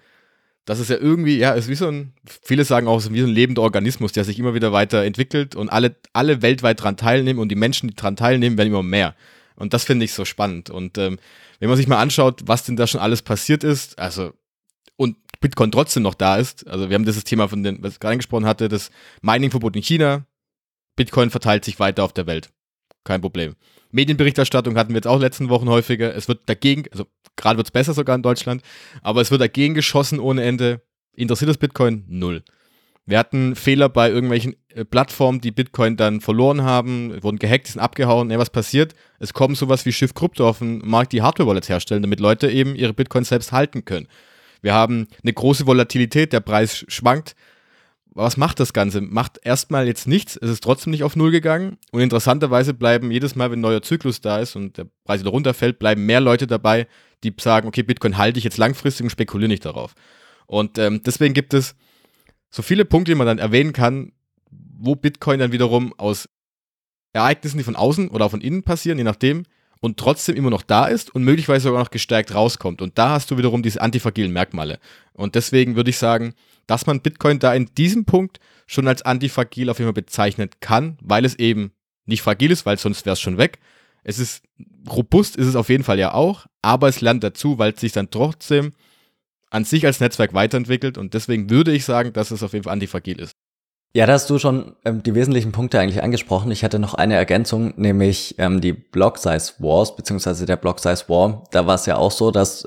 ja irgendwie, ja, ist wie viele sagen auch, es ist wie so ein lebender Organismus, der sich immer wieder weiterentwickelt und alle weltweit dran teilnehmen und die Menschen, die dran teilnehmen, werden immer mehr. Und das finde ich so spannend. Und wenn man sich mal anschaut, was denn da schon alles passiert ist, also und Bitcoin trotzdem noch da ist, also wir haben dieses Thema was ich gerade angesprochen hatte, das Mining-Verbot in China, Bitcoin verteilt sich weiter auf der Welt. Kein Problem. Medienberichterstattung hatten wir jetzt auch in den letzten Wochen häufiger. Es wird dagegen, also gerade wird es besser sogar in Deutschland, aber es wird dagegen geschossen ohne Ende. Interessiert das Bitcoin? Null. Wir hatten Fehler bei irgendwelchen Plattformen, die Bitcoin dann verloren haben, wurden gehackt, sind abgehauen. Was passiert? Es kommen sowas wie Schiff Krypto auf den Markt, die Hardware-Wallets herstellen, damit Leute eben ihre Bitcoins selbst halten können. Wir haben eine große Volatilität, der Preis schwankt. Was macht das Ganze? Macht erstmal jetzt nichts, es ist trotzdem nicht auf Null gegangen und interessanterweise bleiben jedes Mal, wenn ein neuer Zyklus da ist und der Preis wieder runterfällt, bleiben mehr Leute dabei, die sagen, okay, Bitcoin halte ich jetzt langfristig und spekuliere nicht darauf. Und deswegen gibt es so viele Punkte, die man dann erwähnen kann, wo Bitcoin dann wiederum aus Ereignissen, die von außen oder von innen passieren, je nachdem, und trotzdem immer noch da ist und möglicherweise sogar noch gestärkt rauskommt. Und da hast du wiederum diese antifragilen Merkmale. Und deswegen würde ich sagen, dass man Bitcoin da in diesem Punkt schon als antifragil auf jeden Fall bezeichnen kann, weil es eben nicht fragil ist, weil sonst wäre es schon weg. Es ist robust, ist es auf jeden Fall ja auch, aber es lernt dazu, weil es sich dann trotzdem an sich als Netzwerk weiterentwickelt und deswegen würde ich sagen, dass es auf jeden Fall antifragil ist.
Ja, da hast du schon die wesentlichen Punkte eigentlich angesprochen. Ich hatte noch eine Ergänzung, nämlich die Block Size Wars, beziehungsweise der Block Size War. Da war es ja auch so, dass,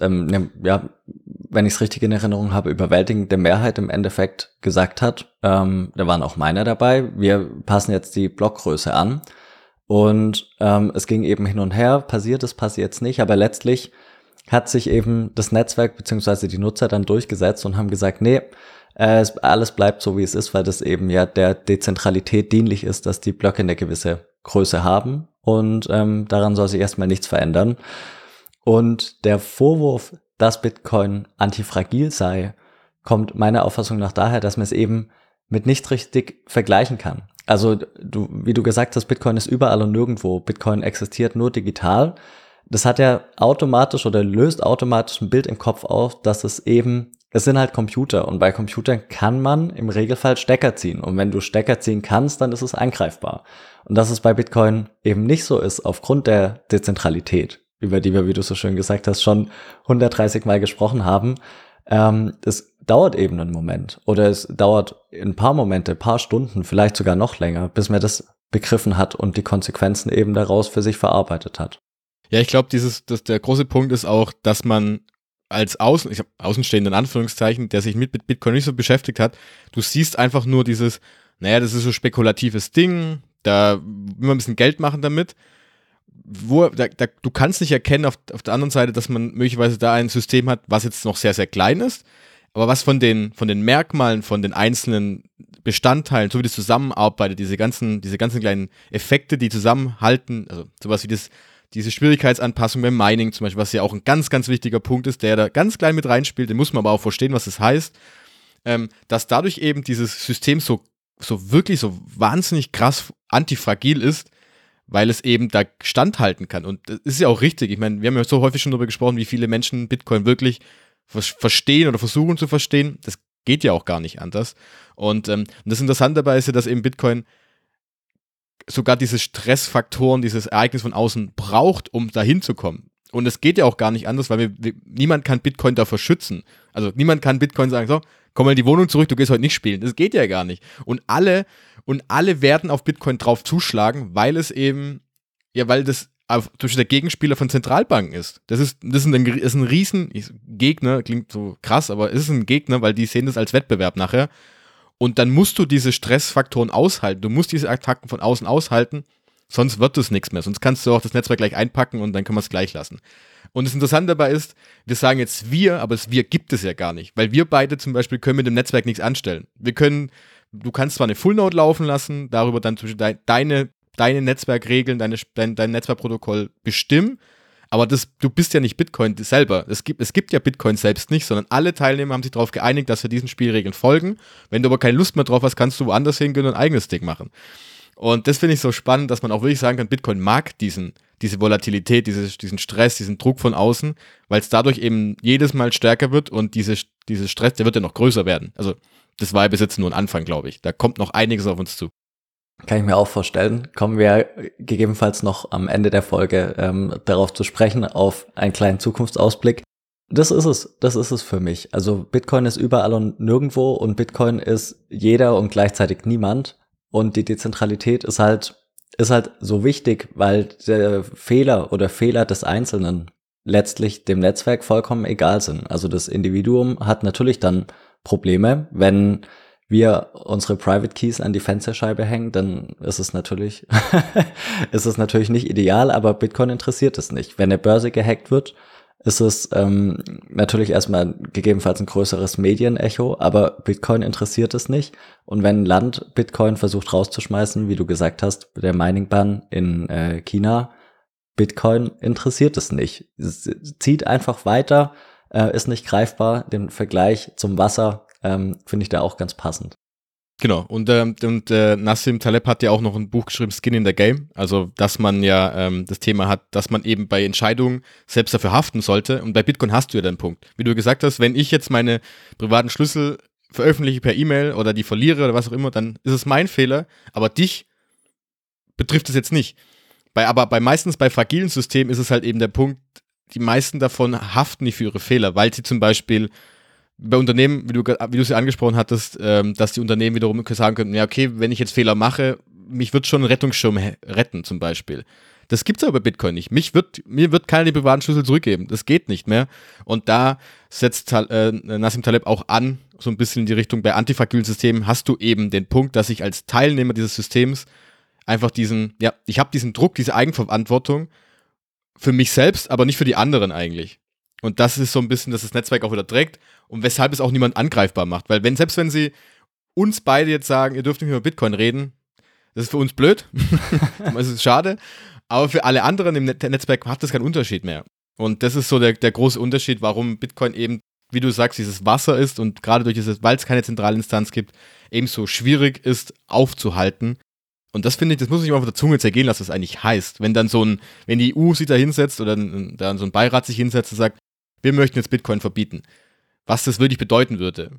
wenn ich es richtig in Erinnerung habe, überwältigende Mehrheit im Endeffekt gesagt hat, da waren auch meine dabei, wir passen jetzt die Blockgröße an. Und es ging eben hin und her, passiert es nicht, aber letztlich hat sich eben das Netzwerk beziehungsweise die Nutzer dann durchgesetzt und haben gesagt, nee, alles bleibt so, wie es ist, weil das eben ja der Dezentralität dienlich ist, dass die Blöcke eine gewisse Größe haben und daran soll sich erstmal nichts verändern. Und der Vorwurf, dass Bitcoin antifragil sei, kommt meiner Auffassung nach daher, dass man es eben mit nichts richtig vergleichen kann. Also wie du gesagt hast, Bitcoin ist überall und nirgendwo. Bitcoin existiert nur digital. Das hat ja automatisch oder löst automatisch ein Bild im Kopf auf, dass es sind halt Computer und bei Computern kann man im Regelfall Stecker ziehen und wenn du Stecker ziehen kannst, dann ist es angreifbar. Und dass es bei Bitcoin eben nicht so ist, aufgrund der Dezentralität, über die wir, wie du so schön gesagt hast, schon 130 Mal gesprochen haben, es dauert eben einen Moment oder es dauert ein paar Momente, ein paar Stunden, vielleicht sogar noch länger, bis man das begriffen hat und die Konsequenzen eben daraus für sich verarbeitet hat.
Ja, ich glaube, der große Punkt ist auch, dass man als Außenstehender in Anführungszeichen, der sich mit Bitcoin nicht so beschäftigt hat, du siehst einfach nur das ist so spekulatives Ding, da will man ein bisschen Geld machen damit. Du kannst nicht erkennen auf der anderen Seite, dass man möglicherweise da ein System hat, was jetzt noch sehr, sehr klein ist, aber was von den Merkmalen, von den einzelnen Bestandteilen, so wie das zusammenarbeitet, diese ganzen kleinen Effekte, die zusammenhalten, also sowas wie diese Schwierigkeitsanpassung beim Mining zum Beispiel, was ja auch ein ganz, ganz wichtiger Punkt ist, der da ganz klein mit reinspielt, den muss man aber auch verstehen, was das heißt, dass dadurch eben dieses System so wirklich so wahnsinnig krass antifragil ist, weil es eben da standhalten kann. Und das ist ja auch richtig. Ich meine, wir haben ja so häufig schon darüber gesprochen, wie viele Menschen Bitcoin wirklich verstehen oder versuchen zu verstehen. Das Geht ja auch gar nicht anders. Und das Interessante dabei ist ja, dass eben Bitcoin sogar diese Stressfaktoren, dieses Ereignis von außen braucht, um dahin zu kommen. Und es geht ja auch gar nicht anders, weil niemand kann Bitcoin davor schützen. Also niemand kann Bitcoin sagen, so, komm mal in die Wohnung zurück, du gehst heute nicht spielen. Das geht ja gar nicht. Und alle werden auf Bitcoin drauf zuschlagen, weil es eben, ja, weil das durch der Gegenspieler von Zentralbanken ist. Das ist ein riesen Gegner, klingt so krass, aber es ist ein Gegner, weil die sehen das als Wettbewerb nachher. Und dann musst du diese Stressfaktoren aushalten. Du musst diese Attacken von außen aushalten, sonst wird das nichts mehr. Sonst kannst du auch das Netzwerk gleich einpacken und dann können wir es gleich lassen. Und das Interessante dabei ist, wir sagen jetzt wir, aber das wir gibt es ja gar nicht. Weil wir beide zum Beispiel können mit dem Netzwerk nichts anstellen. Du kannst zwar eine Full-Node laufen lassen, darüber dann zum Beispiel deine Netzwerkregeln, dein Netzwerkprotokoll bestimmen, aber du bist ja nicht Bitcoin selber. Es gibt ja Bitcoin selbst nicht, sondern alle Teilnehmer haben sich darauf geeinigt, dass wir diesen Spielregeln folgen. Wenn du aber keine Lust mehr drauf hast, kannst du woanders hingehen und ein eigenes Ding machen. Und das finde ich so spannend, dass man auch wirklich sagen kann, Bitcoin mag diese Volatilität, diesen Stress, diesen Druck von außen, weil es dadurch eben jedes Mal stärker wird und dieser Stress, der wird ja noch größer werden. Also das war ja bis jetzt nur ein Anfang, glaube ich. Da kommt noch einiges auf uns zu.
Kann ich mir auch vorstellen. Kommen wir gegebenenfalls noch am Ende der Folge darauf zu sprechen, auf einen kleinen Zukunftsausblick. Das ist es für mich. Also Bitcoin ist überall und nirgendwo und Bitcoin ist jeder und gleichzeitig niemand. Und die Dezentralität ist halt so wichtig, weil der Fehler des Einzelnen letztlich dem Netzwerk vollkommen egal sind. Also das Individuum hat natürlich dann Probleme, wenn wir unsere Private Keys an die Fensterscheibe hängen, dann ist es natürlich nicht ideal, aber Bitcoin interessiert es nicht. Wenn eine Börse gehackt wird, ist es natürlich erstmal gegebenenfalls ein größeres Medienecho, aber Bitcoin interessiert es nicht. Und wenn ein Land Bitcoin versucht rauszuschmeißen, wie du gesagt hast, der Mining-Ban in China, Bitcoin interessiert es nicht. Es zieht einfach weiter, ist nicht greifbar. Den Vergleich zum Wasser finde ich da auch ganz passend.
Genau, und Nassim Taleb hat ja auch noch ein Buch geschrieben, Skin in the Game, also dass man ja das Thema hat, dass man eben bei Entscheidungen selbst dafür haften sollte, und bei Bitcoin hast du ja den Punkt. Wie du gesagt hast, wenn ich jetzt meine privaten Schlüssel veröffentliche per E-Mail oder die verliere oder was auch immer, dann ist es mein Fehler, aber dich betrifft es jetzt nicht. Meistens bei fragilen Systemen ist es halt eben der Punkt, die meisten davon haften nicht für ihre Fehler, weil sie zum Beispiel bei Unternehmen, wie du sie angesprochen hattest, dass die Unternehmen wiederum sagen können, ja okay, wenn ich jetzt Fehler mache, mich wird schon ein Rettungsschirm retten zum Beispiel. Das gibt's aber bei Bitcoin nicht. Mir wird keiner die privaten Schlüssel zurückgeben. Das geht nicht mehr. Und da setzt Nassim Taleb auch an, so ein bisschen in die Richtung, bei antifragilen Systemen hast du eben den Punkt, dass ich als Teilnehmer dieses Systems einfach ich habe diesen Druck, diese Eigenverantwortung für mich selbst, aber nicht für die anderen eigentlich. Und das ist so ein bisschen, dass das Netzwerk auch wieder trägt und weshalb es auch niemand angreifbar macht. Weil selbst wenn sie uns beide jetzt sagen, ihr dürft nicht mehr über Bitcoin reden, das ist für uns blöd, das ist schade, aber für alle anderen im Netzwerk macht das keinen Unterschied mehr. Und das ist so der große Unterschied, warum Bitcoin eben, wie du sagst, dieses Wasser ist und gerade weil es keine zentrale Instanz gibt, eben so schwierig ist aufzuhalten. Und das finde ich, das muss ich mal auf der Zunge zergehen lassen, was das eigentlich heißt. Wenn dann wenn die EU sich da hinsetzt oder dann so ein Beirat sich hinsetzt und sagt, wir möchten jetzt Bitcoin verbieten, was das wirklich bedeuten würde.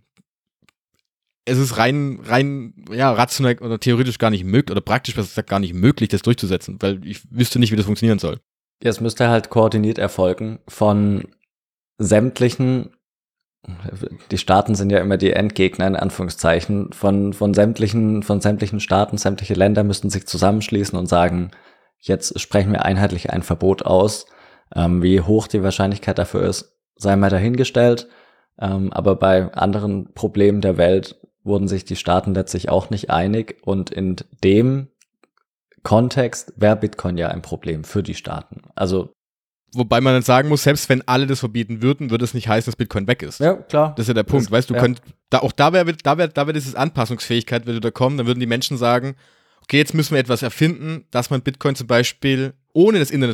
Es ist rein rational oder theoretisch gar nicht möglich oder praktisch gar nicht möglich, das durchzusetzen, weil ich wüsste nicht, wie das funktionieren soll.
Ja, es müsste halt koordiniert erfolgen von sämtlichen, die Staaten sind ja immer die Endgegner in Anführungszeichen, von sämtlichen Staaten, sämtliche Länder müssten sich zusammenschließen und sagen, jetzt sprechen wir einheitlich ein Verbot aus. Wie hoch die Wahrscheinlichkeit dafür ist, sei mal dahingestellt. Aber bei anderen Problemen der Welt wurden sich die Staaten letztlich auch nicht einig. Und in dem Kontext wäre Bitcoin ja ein Problem für die Staaten. Also
wobei man dann sagen muss, selbst wenn alle das verbieten würden, würde es nicht heißen, dass Bitcoin weg ist.
Ja, klar.
Das ist ja der Punkt. Weißt du, da wäre diese Anpassungsfähigkeit, würde da kommen, dann würden die Menschen sagen, okay, jetzt müssen wir etwas erfinden, dass man Bitcoin zum Beispiel ohne das Internet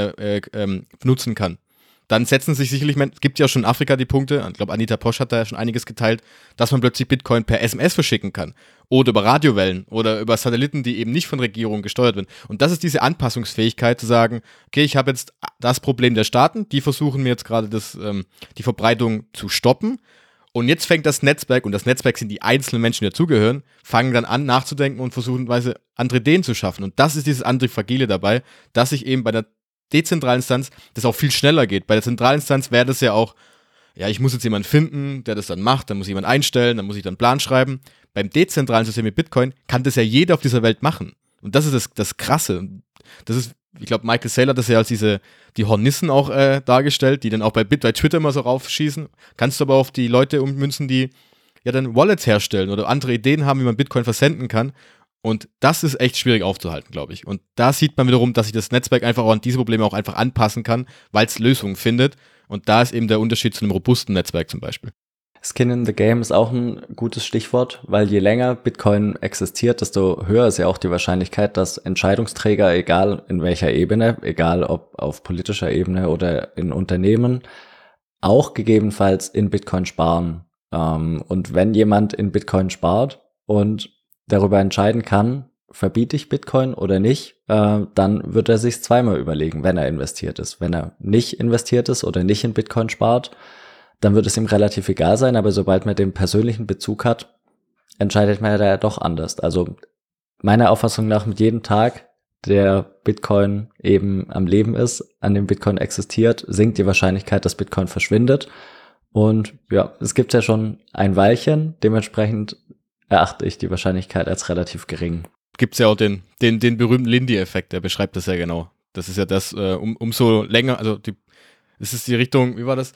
nutzen kann. Dann setzen sich sicherlich, es gibt ja schon in Afrika die Punkte, ich glaube Anita Posch hat da schon einiges geteilt, dass man plötzlich Bitcoin per SMS verschicken kann oder über Radiowellen oder über Satelliten, die eben nicht von Regierungen gesteuert werden. Und das ist diese Anpassungsfähigkeit zu sagen, okay, ich habe jetzt das Problem der Staaten, die versuchen mir jetzt gerade die Verbreitung zu stoppen Und jetzt fängt das Netzwerk, und das Netzwerk sind die einzelnen Menschen, die dazugehören, fangen dann an nachzudenken und versuchen andere Ideen zu schaffen. Und das ist dieses Antifragile dabei, dass sich eben bei der dezentralen Instanz das auch viel schneller geht. Bei der zentralen Instanz wäre das ja auch, ja, ich muss jetzt jemanden finden, der das dann macht, dann muss ich jemanden einstellen, dann muss ich dann einen Plan schreiben. Beim dezentralen System mit Bitcoin kann das ja jeder auf dieser Welt machen. Und das ist das Krasse. Das ist, ich glaube, Michael Saylor hat das ja als die Hornissen auch dargestellt, die dann auch bei Twitter immer so raufschießen. Kannst du aber auf die Leute ummünzen, die ja dann Wallets herstellen oder andere Ideen haben, wie man Bitcoin versenden kann. Und das ist echt schwierig aufzuhalten, glaube ich. Und da sieht man wiederum, dass sich das Netzwerk einfach auch an diese Probleme auch einfach anpassen kann, weil es Lösungen findet. Und da ist eben der Unterschied zu einem robusten Netzwerk zum Beispiel.
Skin in the Game ist auch ein gutes Stichwort, weil je länger Bitcoin existiert, desto höher ist ja auch die Wahrscheinlichkeit, dass Entscheidungsträger, egal in welcher Ebene, egal ob auf politischer Ebene oder in Unternehmen, auch gegebenenfalls in Bitcoin sparen. Und wenn jemand in Bitcoin spart und darüber entscheiden kann, verbiete ich Bitcoin oder nicht, dann wird er sich zweimal überlegen, wenn er investiert ist. Wenn er nicht investiert ist oder nicht in Bitcoin spart, dann wird es ihm relativ egal sein, aber sobald man den persönlichen Bezug hat, entscheidet man ja doch anders. Also meiner Auffassung nach mit jedem Tag, der Bitcoin eben am Leben ist, an dem Bitcoin existiert, sinkt die Wahrscheinlichkeit, dass Bitcoin verschwindet. Und ja, es gibt ja schon ein Weilchen, dementsprechend erachte ich die Wahrscheinlichkeit als relativ gering.
Gibt es ja auch den berühmten Lindy-Effekt, der beschreibt das ja genau. Das ist ja das, umso länger, also es ist die Richtung, wie war das?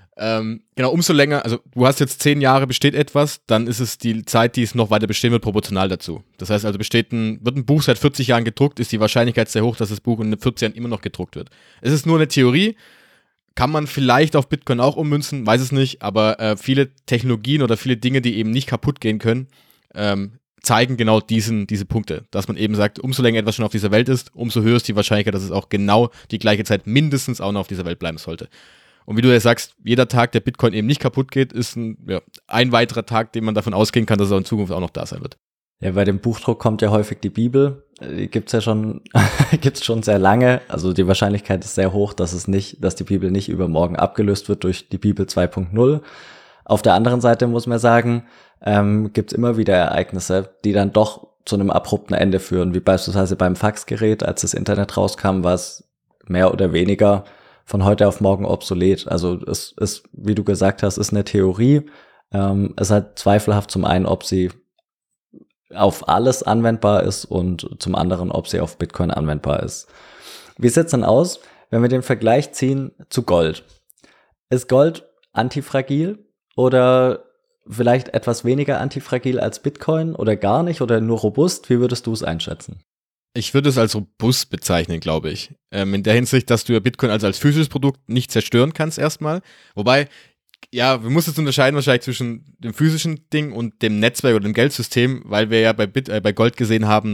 Genau, umso länger, also du hast jetzt 10 Jahre besteht etwas, dann ist es die Zeit, die es noch weiter bestehen wird, proportional dazu. Das heißt also, wird ein Buch seit 40 Jahren gedruckt, ist die Wahrscheinlichkeit sehr hoch, dass das Buch in 40 Jahren immer noch gedruckt wird. Es ist nur eine Theorie, kann man vielleicht auf Bitcoin auch ummünzen, weiß es nicht, aber viele Technologien oder viele Dinge, die eben nicht kaputt gehen können, zeigen genau diese Punkte, dass man eben sagt, umso länger etwas schon auf dieser Welt ist, umso höher ist die Wahrscheinlichkeit, dass es auch genau die gleiche Zeit mindestens auch noch auf dieser Welt bleiben sollte. Und wie du ja sagst, jeder Tag, der Bitcoin eben nicht kaputt geht, ist ein weiterer Tag, den man davon ausgehen kann, dass er in Zukunft auch noch da sein wird.
Ja, bei dem Buchdruck kommt ja häufig die Bibel. Die gibt's ja schon, gibt's schon sehr lange. Also die Wahrscheinlichkeit ist sehr hoch, dass die Bibel nicht übermorgen abgelöst wird durch die Bibel 2.0. Auf der anderen Seite muss man sagen, gibt's immer wieder Ereignisse, die dann doch zu einem abrupten Ende führen, wie beispielsweise beim Faxgerät, als das Internet rauskam, war es mehr oder weniger von heute auf morgen obsolet. Also es ist, wie du gesagt hast, ist eine Theorie. Es ist halt zweifelhaft zum einen, ob sie auf alles anwendbar ist und zum anderen, ob sie auf Bitcoin anwendbar ist. Wie sieht's denn aus, wenn wir den Vergleich ziehen zu Gold? Ist Gold antifragil oder vielleicht etwas weniger antifragil als Bitcoin oder gar nicht oder nur robust? Wie würdest du es einschätzen?
Ich würde es als robust bezeichnen, glaube ich. In der Hinsicht, dass du ja Bitcoin also als physisches Produkt nicht zerstören kannst erstmal. Wobei, ja, wir müssen jetzt unterscheiden wahrscheinlich zwischen dem physischen Ding und dem Netzwerk oder dem Geldsystem, weil wir ja bei Gold gesehen haben,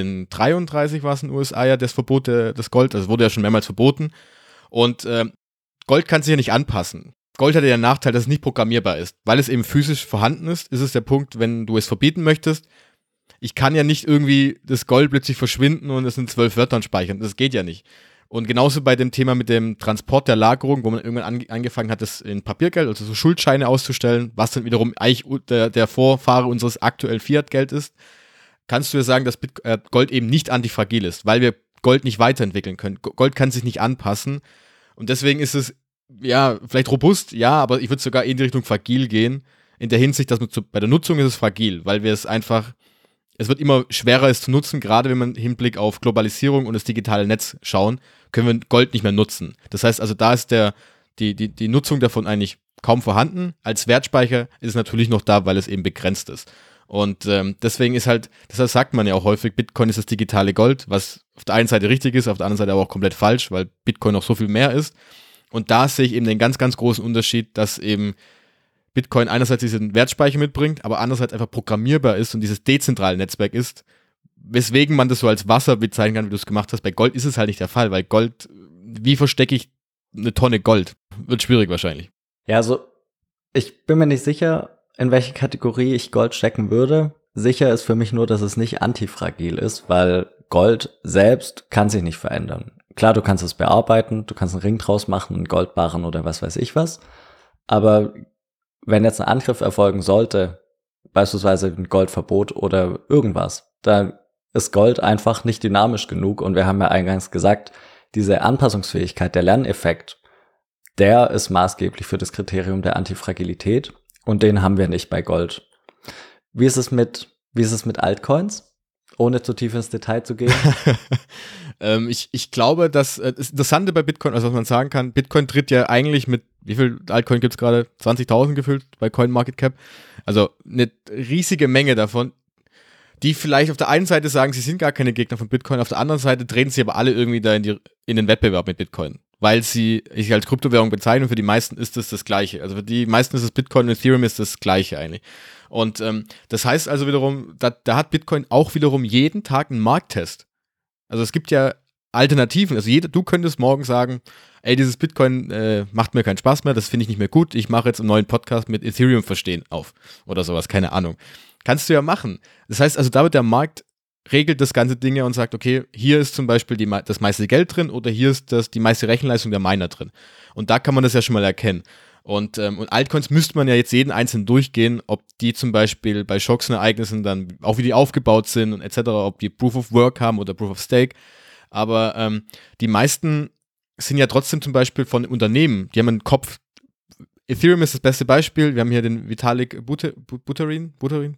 1933 war es in den USA ja das Verbot des Gold, also wurde ja schon mehrmals verboten. Und Gold kann sich ja nicht anpassen. Gold hat ja den Nachteil, dass es nicht programmierbar ist. Weil es eben physisch vorhanden ist es der Punkt, wenn du es verbieten möchtest, ich kann ja nicht irgendwie das Gold plötzlich verschwinden und es in 12 Wörtern speichern. Das geht ja nicht. Und genauso bei dem Thema mit dem Transport der Lagerung, wo man irgendwann angefangen hat, das in Papiergeld, also so Schuldscheine auszustellen, was dann wiederum eigentlich der Vorfahre unseres aktuellen Fiat-Geld ist, kannst du ja sagen, dass Gold eben nicht antifragil ist, weil wir Gold nicht weiterentwickeln können. Gold kann sich nicht anpassen. Und deswegen ist es, ja, vielleicht robust, ja, aber ich würde sogar in die Richtung fragil gehen, in der Hinsicht, dass bei der Nutzung ist es fragil, weil wir es einfach es wird immer schwerer, es zu nutzen, gerade wenn man im Hinblick auf Globalisierung und das digitale Netz schauen, können wir Gold nicht mehr nutzen. Das heißt also, da ist die Nutzung davon eigentlich kaum vorhanden. Als Wertspeicher ist es natürlich noch da, weil es eben begrenzt ist. Und deswegen deshalb sagt man ja auch häufig, Bitcoin ist das digitale Gold, was auf der einen Seite richtig ist, auf der anderen Seite aber auch komplett falsch, weil Bitcoin noch so viel mehr ist. Und da sehe ich eben den ganz, ganz großen Unterschied, dass eben Bitcoin einerseits diesen Wertspeicher mitbringt, aber andererseits einfach programmierbar ist und dieses dezentrale Netzwerk ist, weswegen man das so als Wasser bezeichnen kann, wie du es gemacht hast. Bei Gold ist es halt nicht der Fall, weil Gold, wie verstecke ich eine Tonne Gold? Wird schwierig wahrscheinlich.
Ja, also ich bin mir nicht sicher, in welche Kategorie ich Gold stecken würde. Sicher ist für mich nur, dass es nicht antifragil ist, weil Gold selbst kann sich nicht verändern. Klar, du kannst es bearbeiten, du kannst einen Ring draus machen, einen Goldbarren oder was weiß ich was, aber wenn jetzt ein Angriff erfolgen sollte, beispielsweise ein Goldverbot oder irgendwas, dann ist Gold einfach nicht dynamisch genug. Und wir haben ja eingangs gesagt, diese Anpassungsfähigkeit, der Lerneffekt, der ist maßgeblich für das Kriterium der Antifragilität und den haben wir nicht bei Gold. Wie ist es mit Altcoins? Ohne zu tief ins Detail zu gehen.
Ich glaube, dass das Interessante bei Bitcoin, also was man sagen kann, Bitcoin tritt ja eigentlich mit, wie viel Altcoin gibt es gerade? 20.000 gefüllt bei CoinMarketCap. Also eine riesige Menge davon, die vielleicht auf der einen Seite sagen, sie sind gar keine Gegner von Bitcoin, auf der anderen Seite drehen sie aber alle irgendwie da in den Wettbewerb mit Bitcoin, weil sie sich als Kryptowährung bezeichnen und für die meisten ist das Gleiche. Also für die meisten ist es Bitcoin und Ethereum ist das Gleiche eigentlich. Und das heißt also wiederum, da hat Bitcoin auch wiederum jeden Tag einen Markttest. Also es gibt ja Alternativen. Also du könntest morgen sagen, ey, dieses Bitcoin macht mir keinen Spaß mehr, das finde ich nicht mehr gut, ich mache jetzt einen neuen Podcast mit Ethereum verstehen auf oder sowas, keine Ahnung. Kannst du ja machen. Das heißt also, da wird der Markt regelt das ganze Ding und sagt, okay, hier ist zum Beispiel das meiste Geld drin oder hier ist die meiste Rechenleistung der Miner drin. Und da kann man das ja schon mal erkennen. Und Altcoins müsste man ja jetzt jeden einzelnen durchgehen, ob die zum Beispiel bei Schocks und Ereignissen dann auch wie die aufgebaut sind und etc., ob die Proof of Work haben oder Proof of Stake. Aber die meisten sind ja trotzdem zum Beispiel von Unternehmen, die haben einen Kopf. Ethereum ist das beste Beispiel. Wir haben hier den Vitalik Buterin.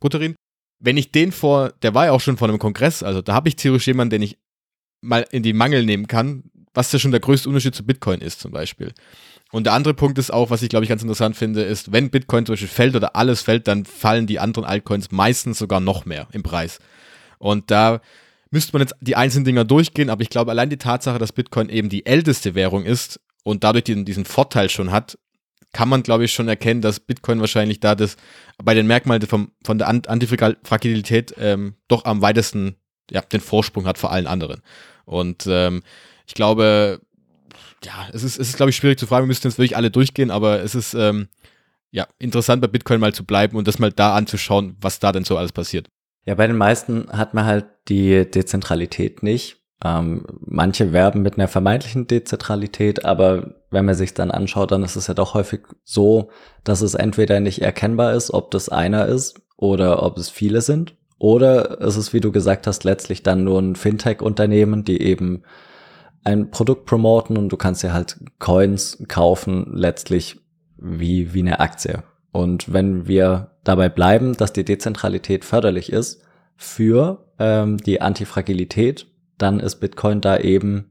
Wenn ich der war ja auch schon vor einem Kongress, also da habe ich theoretisch jemanden, den ich mal in die Mangel nehmen kann, was ja schon der größte Unterschied zu Bitcoin ist zum Beispiel. Und der andere Punkt ist auch, was ich glaube ich ganz interessant finde, ist, wenn Bitcoin zum Beispiel fällt oder alles fällt, dann fallen die anderen Altcoins meistens sogar noch mehr im Preis. Und da müsste man jetzt die einzelnen Dinger durchgehen, aber ich glaube allein die Tatsache, dass Bitcoin eben die älteste Währung ist und dadurch diesen Vorteil schon hat, kann man, glaube ich, schon erkennen, dass Bitcoin wahrscheinlich da bei den Merkmalen von der Antifragilität doch am weitesten den Vorsprung hat vor allen anderen. Und ich glaube, ja, es ist, glaube ich, schwierig zu fragen, wir müssten jetzt wirklich alle durchgehen, aber es ist interessant bei Bitcoin mal zu bleiben und das mal da anzuschauen, was da denn so alles passiert.
Ja, bei den meisten hat man halt die Dezentralität nicht. Manche werben mit einer vermeintlichen Dezentralität, aber wenn man sich dann anschaut, dann ist es ja doch häufig so, dass es entweder nicht erkennbar ist, ob das einer ist oder ob es viele sind, oder es ist, wie du gesagt hast, letztlich dann nur ein Fintech-Unternehmen, die eben ein Produkt promoten und du kannst ja halt Coins kaufen, letztlich wie eine Aktie. Und wenn wir dabei bleiben, dass die Dezentralität förderlich ist für die Antifragilität, dann ist Bitcoin da eben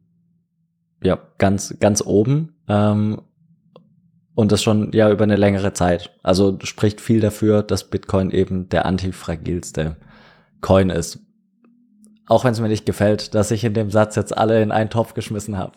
ganz oben und das schon über eine längere Zeit. Also spricht viel dafür, dass Bitcoin eben der antifragilste Coin ist. Auch wenn es mir nicht gefällt, dass ich in dem Satz jetzt alle in einen Topf geschmissen habe.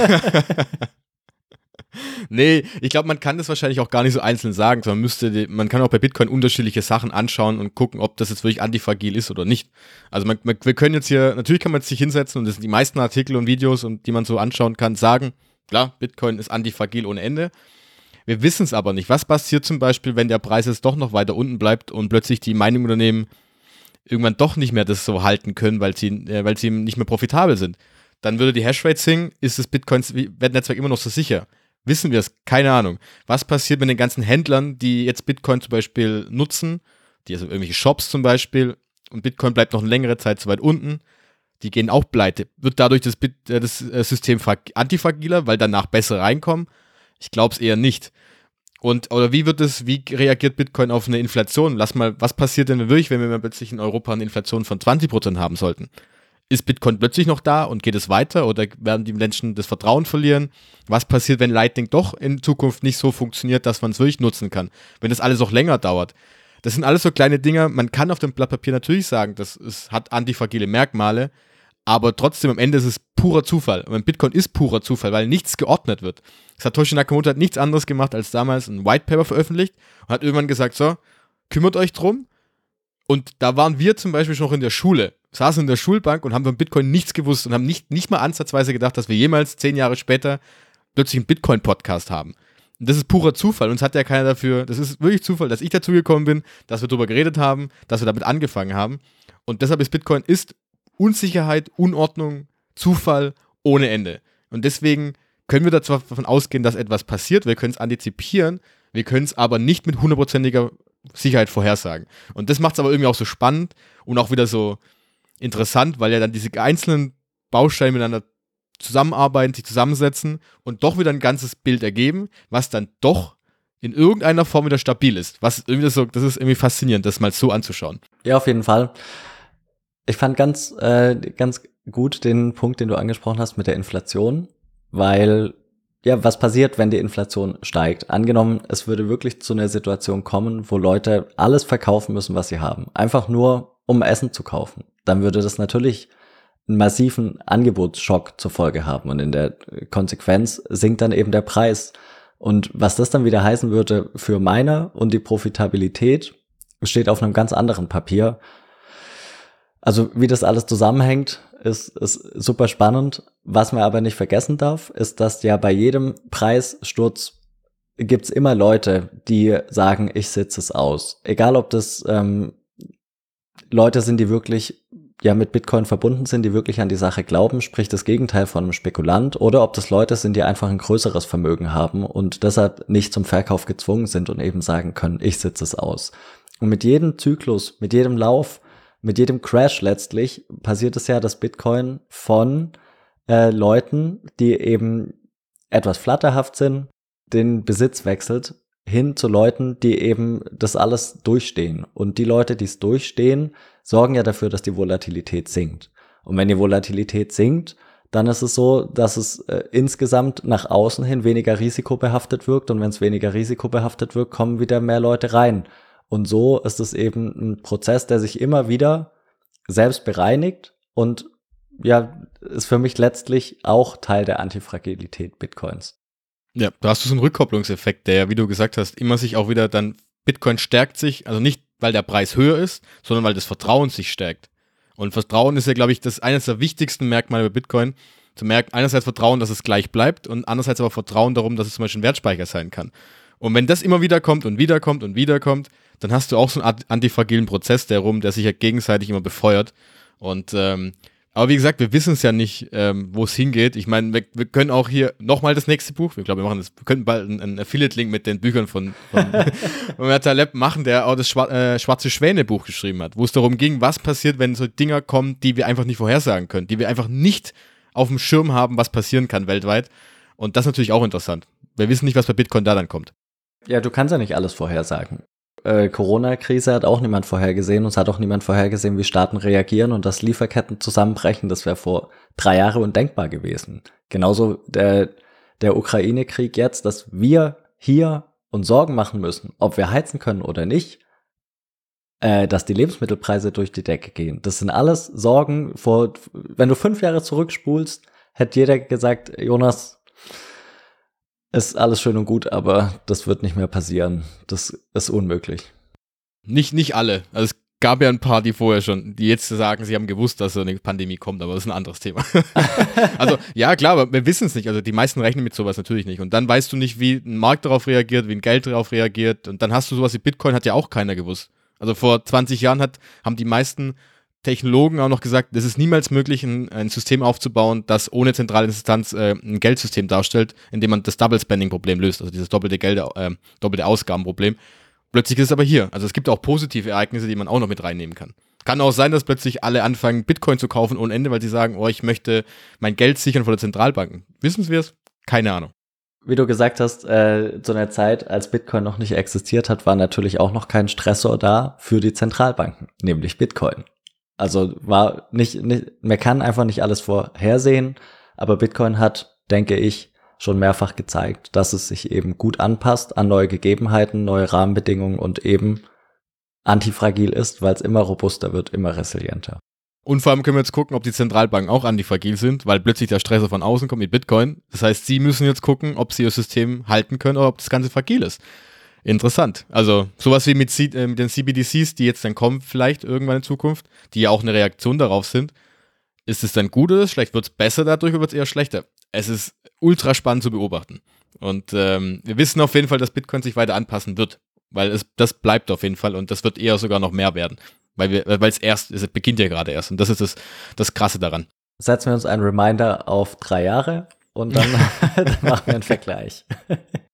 Nee, ich glaube, man kann das wahrscheinlich auch gar nicht so einzeln sagen, sondern man kann auch bei Bitcoin unterschiedliche Sachen anschauen und gucken, ob das jetzt wirklich antifragil ist oder nicht. Also wir können jetzt hier, natürlich kann man jetzt sich hinsetzen und das sind die meisten Artikel und Videos, die man so anschauen kann, sagen, klar, Bitcoin ist antifragil ohne Ende. Wir wissen es aber nicht. Was passiert zum Beispiel, wenn der Preis jetzt doch noch weiter unten bleibt und plötzlich die Mining-Unternehmen irgendwann doch nicht mehr das so halten können, weil sie nicht mehr profitabel sind? Dann würde die Hashrate sinken, ist das Bitcoin-Netzwerk immer noch so sicher? Wissen wir es? Keine Ahnung. Was passiert mit den ganzen Händlern, die jetzt Bitcoin zum Beispiel nutzen, die also irgendwelche Shops zum Beispiel, und Bitcoin bleibt noch eine längere Zeit zu weit unten, die gehen auch pleite. Wird dadurch das System antifragiler, weil danach besser reinkommen? Ich glaube es eher nicht. Oder wie reagiert Bitcoin auf eine Inflation? Was passiert denn wirklich, wenn wir plötzlich in Europa eine Inflation von 20% haben sollten? Ist Bitcoin plötzlich noch da und geht es weiter oder werden die Menschen das Vertrauen verlieren? Was passiert, wenn Lightning doch in Zukunft nicht so funktioniert, dass man es wirklich nutzen kann? Wenn das alles noch länger dauert? Das sind alles so kleine Dinge. Man kann auf dem Blatt Papier natürlich sagen, es hat antifragile Merkmale, aber trotzdem am Ende ist es purer Zufall. Und Bitcoin ist purer Zufall, weil nichts geordnet wird. Satoshi Nakamoto hat nichts anderes gemacht, als damals ein White Paper veröffentlicht und hat irgendwann gesagt, so, kümmert euch drum. Und da waren wir zum Beispiel schon noch in der Schule, saßen in der Schulbank und haben von Bitcoin nichts gewusst und haben nicht mal ansatzweise gedacht, dass wir jemals 10 Jahre später plötzlich einen Bitcoin-Podcast haben. Und das ist purer Zufall. Uns hat ja keiner dafür, das ist wirklich Zufall, dass ich dazu gekommen bin, dass wir darüber geredet haben, dass wir damit angefangen haben. Und deshalb ist Bitcoin Unsicherheit, Unordnung, Zufall ohne Ende. Und deswegen können wir da zwar davon ausgehen, dass etwas passiert, wir können es antizipieren, Wir können es aber nicht mit 100%iger Sicherheit vorhersagen. Und das macht es aber irgendwie auch so spannend und auch wieder so interessant, weil ja dann diese einzelnen Bausteine miteinander zusammenarbeiten, sich zusammensetzen und doch wieder ein ganzes Bild ergeben, was dann doch in irgendeiner Form wieder stabil ist. Was irgendwie das ist irgendwie faszinierend, das mal so anzuschauen.
Ja, auf jeden Fall. Ich fand ganz gut den Punkt, den du angesprochen hast mit der Inflation, weil, ja, was passiert, wenn die Inflation steigt? Angenommen, es würde wirklich zu einer Situation kommen, wo Leute alles verkaufen müssen, was sie haben. Einfach nur, um Essen zu kaufen. Dann würde das natürlich einen massiven Angebotsschock zur Folge haben und in der Konsequenz sinkt dann eben der Preis. Und was das dann wieder heißen würde für Miner und die Profitabilität, steht auf einem ganz anderen Papier. Also wie das alles zusammenhängt, ist super spannend. Was man aber nicht vergessen darf, ist, dass ja bei jedem Preissturz gibt's immer Leute, die sagen, ich sitze es aus. Egal, ob das Leute sind, die wirklich ja mit Bitcoin verbunden sind, die wirklich an die Sache glauben, sprich das Gegenteil von einem Spekulant, oder ob das Leute sind, die einfach ein größeres Vermögen haben und deshalb nicht zum Verkauf gezwungen sind und eben sagen können, ich sitze es aus. Und mit jedem Zyklus, mit jedem Lauf, mit jedem Crash letztlich passiert es ja, dass Bitcoin von Leuten, die eben etwas flatterhaft sind, den Besitz wechselt hin zu Leuten, die eben das alles durchstehen. Und die Leute, die es durchstehen, sorgen ja dafür, dass die Volatilität sinkt. Und wenn die Volatilität sinkt, dann ist es so, dass es insgesamt nach außen hin weniger risikobehaftet wirkt. Und wenn es weniger risikobehaftet wirkt, kommen wieder mehr Leute rein. Und so ist es eben ein Prozess, der sich immer wieder selbst bereinigt und ja, ist für mich letztlich auch Teil der Antifragilität Bitcoins.
Ja, da hast du so einen Rückkopplungseffekt, der, wie du gesagt hast, immer sich auch wieder dann, Bitcoin stärkt sich, also nicht, weil der Preis höher ist, sondern weil das Vertrauen sich stärkt. Und Vertrauen ist ja, glaube ich, das eines der wichtigsten Merkmale bei Bitcoin. Zu merken, einerseits Vertrauen, dass es gleich bleibt und andererseits aber Vertrauen darum, dass es zum Beispiel ein Wertspeicher sein kann. Und wenn das immer wieder kommt und wiederkommt und wiederkommt, dann hast du auch so einen antifragilen Prozess der sich ja gegenseitig immer befeuert. Und aber wie gesagt, wir wissen es ja nicht, wo es hingeht. Ich meine, wir können auch hier nochmal das nächste Buch, wir könnten bald einen Affiliate-Link mit den Büchern von Taleb machen, der auch das Schwarze Schwäne-Buch geschrieben hat, wo es darum ging, was passiert, wenn so Dinger kommen, die wir einfach nicht vorhersagen können, die wir einfach nicht auf dem Schirm haben, was passieren kann weltweit. Und das ist natürlich auch interessant. Wir wissen nicht, was bei Bitcoin da dann kommt.
Ja, du kannst ja nicht alles vorhersagen. Corona-Krise hat auch niemand vorhergesehen und es hat auch niemand vorhergesehen, wie Staaten reagieren und dass Lieferketten zusammenbrechen, das wäre vor 3 Jahren undenkbar gewesen. Genauso der Ukraine-Krieg jetzt, dass wir hier uns Sorgen machen müssen, ob wir heizen können oder nicht, dass die Lebensmittelpreise durch die Decke gehen. Das sind alles Sorgen wenn du 5 Jahre zurückspulst, hätte jeder gesagt, Jonas, ist alles schön und gut, aber das wird nicht mehr passieren. Das ist unmöglich.
Nicht alle. Also es gab ja ein paar, die jetzt sagen, sie haben gewusst, dass so eine Pandemie kommt, aber das ist ein anderes Thema. Also ja, klar, aber wir wissen es nicht. Also die meisten rechnen mit sowas natürlich nicht. Und dann weißt du nicht, wie ein Markt darauf reagiert, wie ein Geld darauf reagiert. Und dann hast du sowas wie Bitcoin, hat ja auch keiner gewusst. Also vor 20 Jahren haben die meisten Technologen auch noch gesagt, es ist niemals möglich, ein System aufzubauen, das ohne zentrale Instanz ein Geldsystem darstellt, indem man das Double-Spending-Problem löst, also dieses doppelte Ausgabenproblem. Plötzlich ist es aber hier. Also es gibt auch positive Ereignisse, die man auch noch mit reinnehmen kann. Kann auch sein, dass plötzlich alle anfangen, Bitcoin zu kaufen ohne Ende, weil sie sagen, ich möchte mein Geld sichern vor der Zentralbanken. Wissen wir es? Keine Ahnung.
Wie du gesagt hast, zu einer Zeit, als Bitcoin noch nicht existiert hat, war natürlich auch noch kein Stressor da für die Zentralbanken, nämlich Bitcoin. Also war man kann einfach nicht alles vorhersehen, aber Bitcoin hat, denke ich, schon mehrfach gezeigt, dass es sich eben gut anpasst an neue Gegebenheiten, neue Rahmenbedingungen und eben antifragil ist, weil es immer robuster wird, immer resilienter.
Und vor allem können wir jetzt gucken, ob die Zentralbanken auch antifragil sind, weil plötzlich der Stressor von außen kommt mit Bitcoin. Das heißt, sie müssen jetzt gucken, ob sie ihr System halten können oder ob das Ganze fragil ist. Interessant. Also sowas wie mit den CBDCs, die jetzt dann kommen vielleicht irgendwann in Zukunft, die ja auch eine Reaktion darauf sind. Ist es dann gut oder schlecht? Wird es besser dadurch oder wird es eher schlechter? Es ist ultra spannend zu beobachten. Und wir wissen auf jeden Fall, dass Bitcoin sich weiter anpassen wird, weil das bleibt auf jeden Fall und das wird eher sogar noch mehr werden. Weil es beginnt ja gerade erst und das ist das Krasse daran.
Setzen wir uns einen Reminder auf 3 Jahre und dann machen wir einen Vergleich.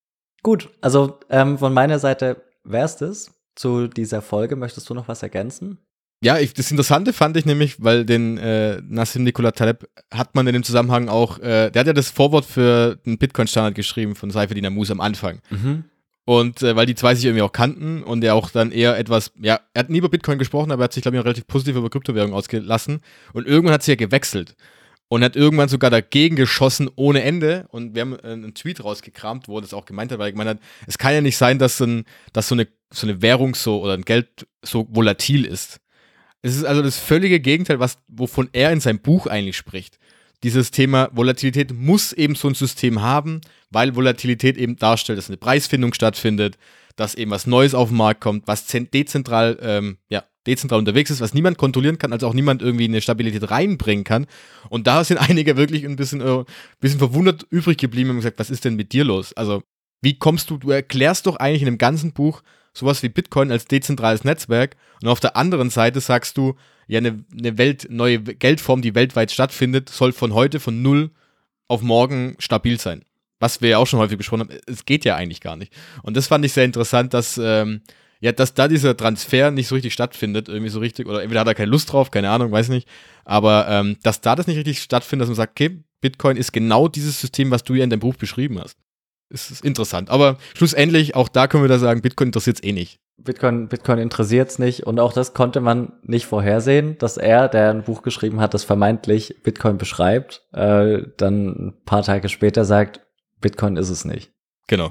Gut, also von meiner Seite wär's das zu dieser Folge. Möchtest du noch was ergänzen?
Ja, das Interessante fand ich nämlich, weil den Nassim Nicholas Taleb hat man in dem Zusammenhang auch, der hat ja das Vorwort für den Bitcoin-Standard geschrieben von Saifedean Ammous am Anfang. Und weil die zwei sich irgendwie auch kannten und er auch dann eher etwas, ja, er hat nie über Bitcoin gesprochen, aber er hat sich, glaube ich, auch relativ positiv über Kryptowährungen ausgelassen. Und irgendwann hat sie ja gewechselt und hat irgendwann sogar dagegen geschossen ohne Ende. Und wir haben einen Tweet rausgekramt, wo er das auch gemeint hat, weil er gemeint hat, es kann ja nicht sein, dass so eine Währung oder ein Geld so volatil ist. Es ist also das völlige Gegenteil, wovon er in seinem Buch eigentlich spricht. Dieses Thema Volatilität muss eben so ein System haben, weil Volatilität eben darstellt, dass eine Preisfindung stattfindet, dass eben was Neues auf den Markt kommt, was dezentral unterwegs ist, was niemand kontrollieren kann, also auch niemand irgendwie eine Stabilität reinbringen kann. Und da sind einige wirklich ein bisschen verwundert übrig geblieben und gesagt, was ist denn mit dir los? Also, wie kommst du erklärst doch eigentlich in dem ganzen Buch sowas wie Bitcoin als dezentrales Netzwerk und auf der anderen Seite sagst du, ja, eine neue Geldform, die weltweit stattfindet, soll von heute, von 0 auf morgen stabil sein. Was wir ja auch schon häufig besprochen haben, es geht ja eigentlich gar nicht. Und das fand ich sehr interessant, dass da dieser Transfer nicht so richtig stattfindet, irgendwie so richtig, oder entweder hat er keine Lust drauf, keine Ahnung, weiß nicht, aber dass da das nicht richtig stattfindet, dass man sagt, okay, Bitcoin ist genau dieses System, was du ja in deinem Buch beschrieben hast. Ist interessant. Aber schlussendlich, auch da können wir da sagen, Bitcoin interessiert es eh nicht.
Bitcoin interessiert es nicht und auch das konnte man nicht vorhersehen, dass er, der ein Buch geschrieben hat, das vermeintlich Bitcoin beschreibt, dann ein paar Tage später sagt, Bitcoin ist es nicht.
Genau.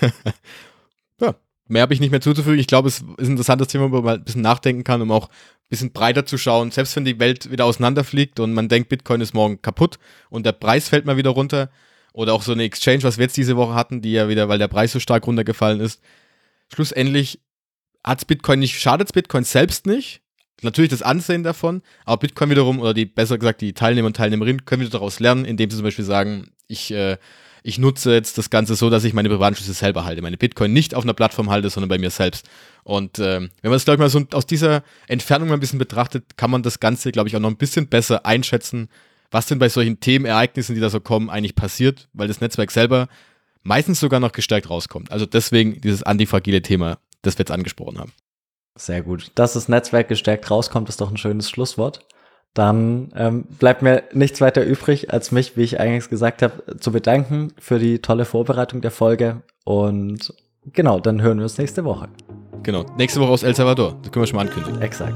Ja, mehr habe ich nicht mehr zuzufügen. Ich glaube, es ist ein interessantes Thema, wo man mal ein bisschen nachdenken kann, um auch ein bisschen breiter zu schauen. Selbst wenn die Welt wieder auseinanderfliegt und man denkt, Bitcoin ist morgen kaputt und der Preis fällt mal wieder runter, oder auch so eine Exchange, was wir jetzt diese Woche hatten, die ja wieder, weil der Preis so stark runtergefallen ist. Schlussendlich schadet es Bitcoin selbst nicht. Natürlich das Ansehen davon, aber Bitcoin wiederum, oder besser gesagt, die Teilnehmer und Teilnehmerinnen können wieder daraus lernen, indem sie zum Beispiel sagen, ich nutze jetzt das Ganze so, dass ich meine privaten Schlüssel selber halte, meine Bitcoin nicht auf einer Plattform halte, sondern bei mir selbst. Und wenn man das, glaube ich, mal so aus dieser Entfernung mal ein bisschen betrachtet, kann man das Ganze, glaube ich, auch noch ein bisschen besser einschätzen, was denn bei solchen Themenereignissen, die da so kommen, eigentlich passiert, weil das Netzwerk selber meistens sogar noch gestärkt rauskommt. Also deswegen dieses antifragile Thema, das wir jetzt angesprochen haben.
Sehr gut. Dass das Netzwerk gestärkt rauskommt, ist doch ein schönes Schlusswort. Dann bleibt mir nichts weiter übrig, als mich, wie ich eingangs gesagt habe, zu bedanken für die tolle Vorbereitung der Folge. Und genau, dann hören wir uns nächste Woche.
Genau, nächste Woche aus El Salvador. Das können wir schon mal ankündigen.
Exakt.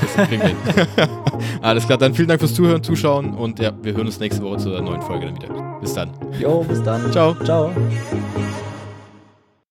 Alles klar, dann vielen Dank fürs Zuhören, Zuschauen und ja, wir hören uns nächste Woche zu einer neuen Folge dann wieder. Bis dann.
Jo, bis dann.
Ciao.
Ciao.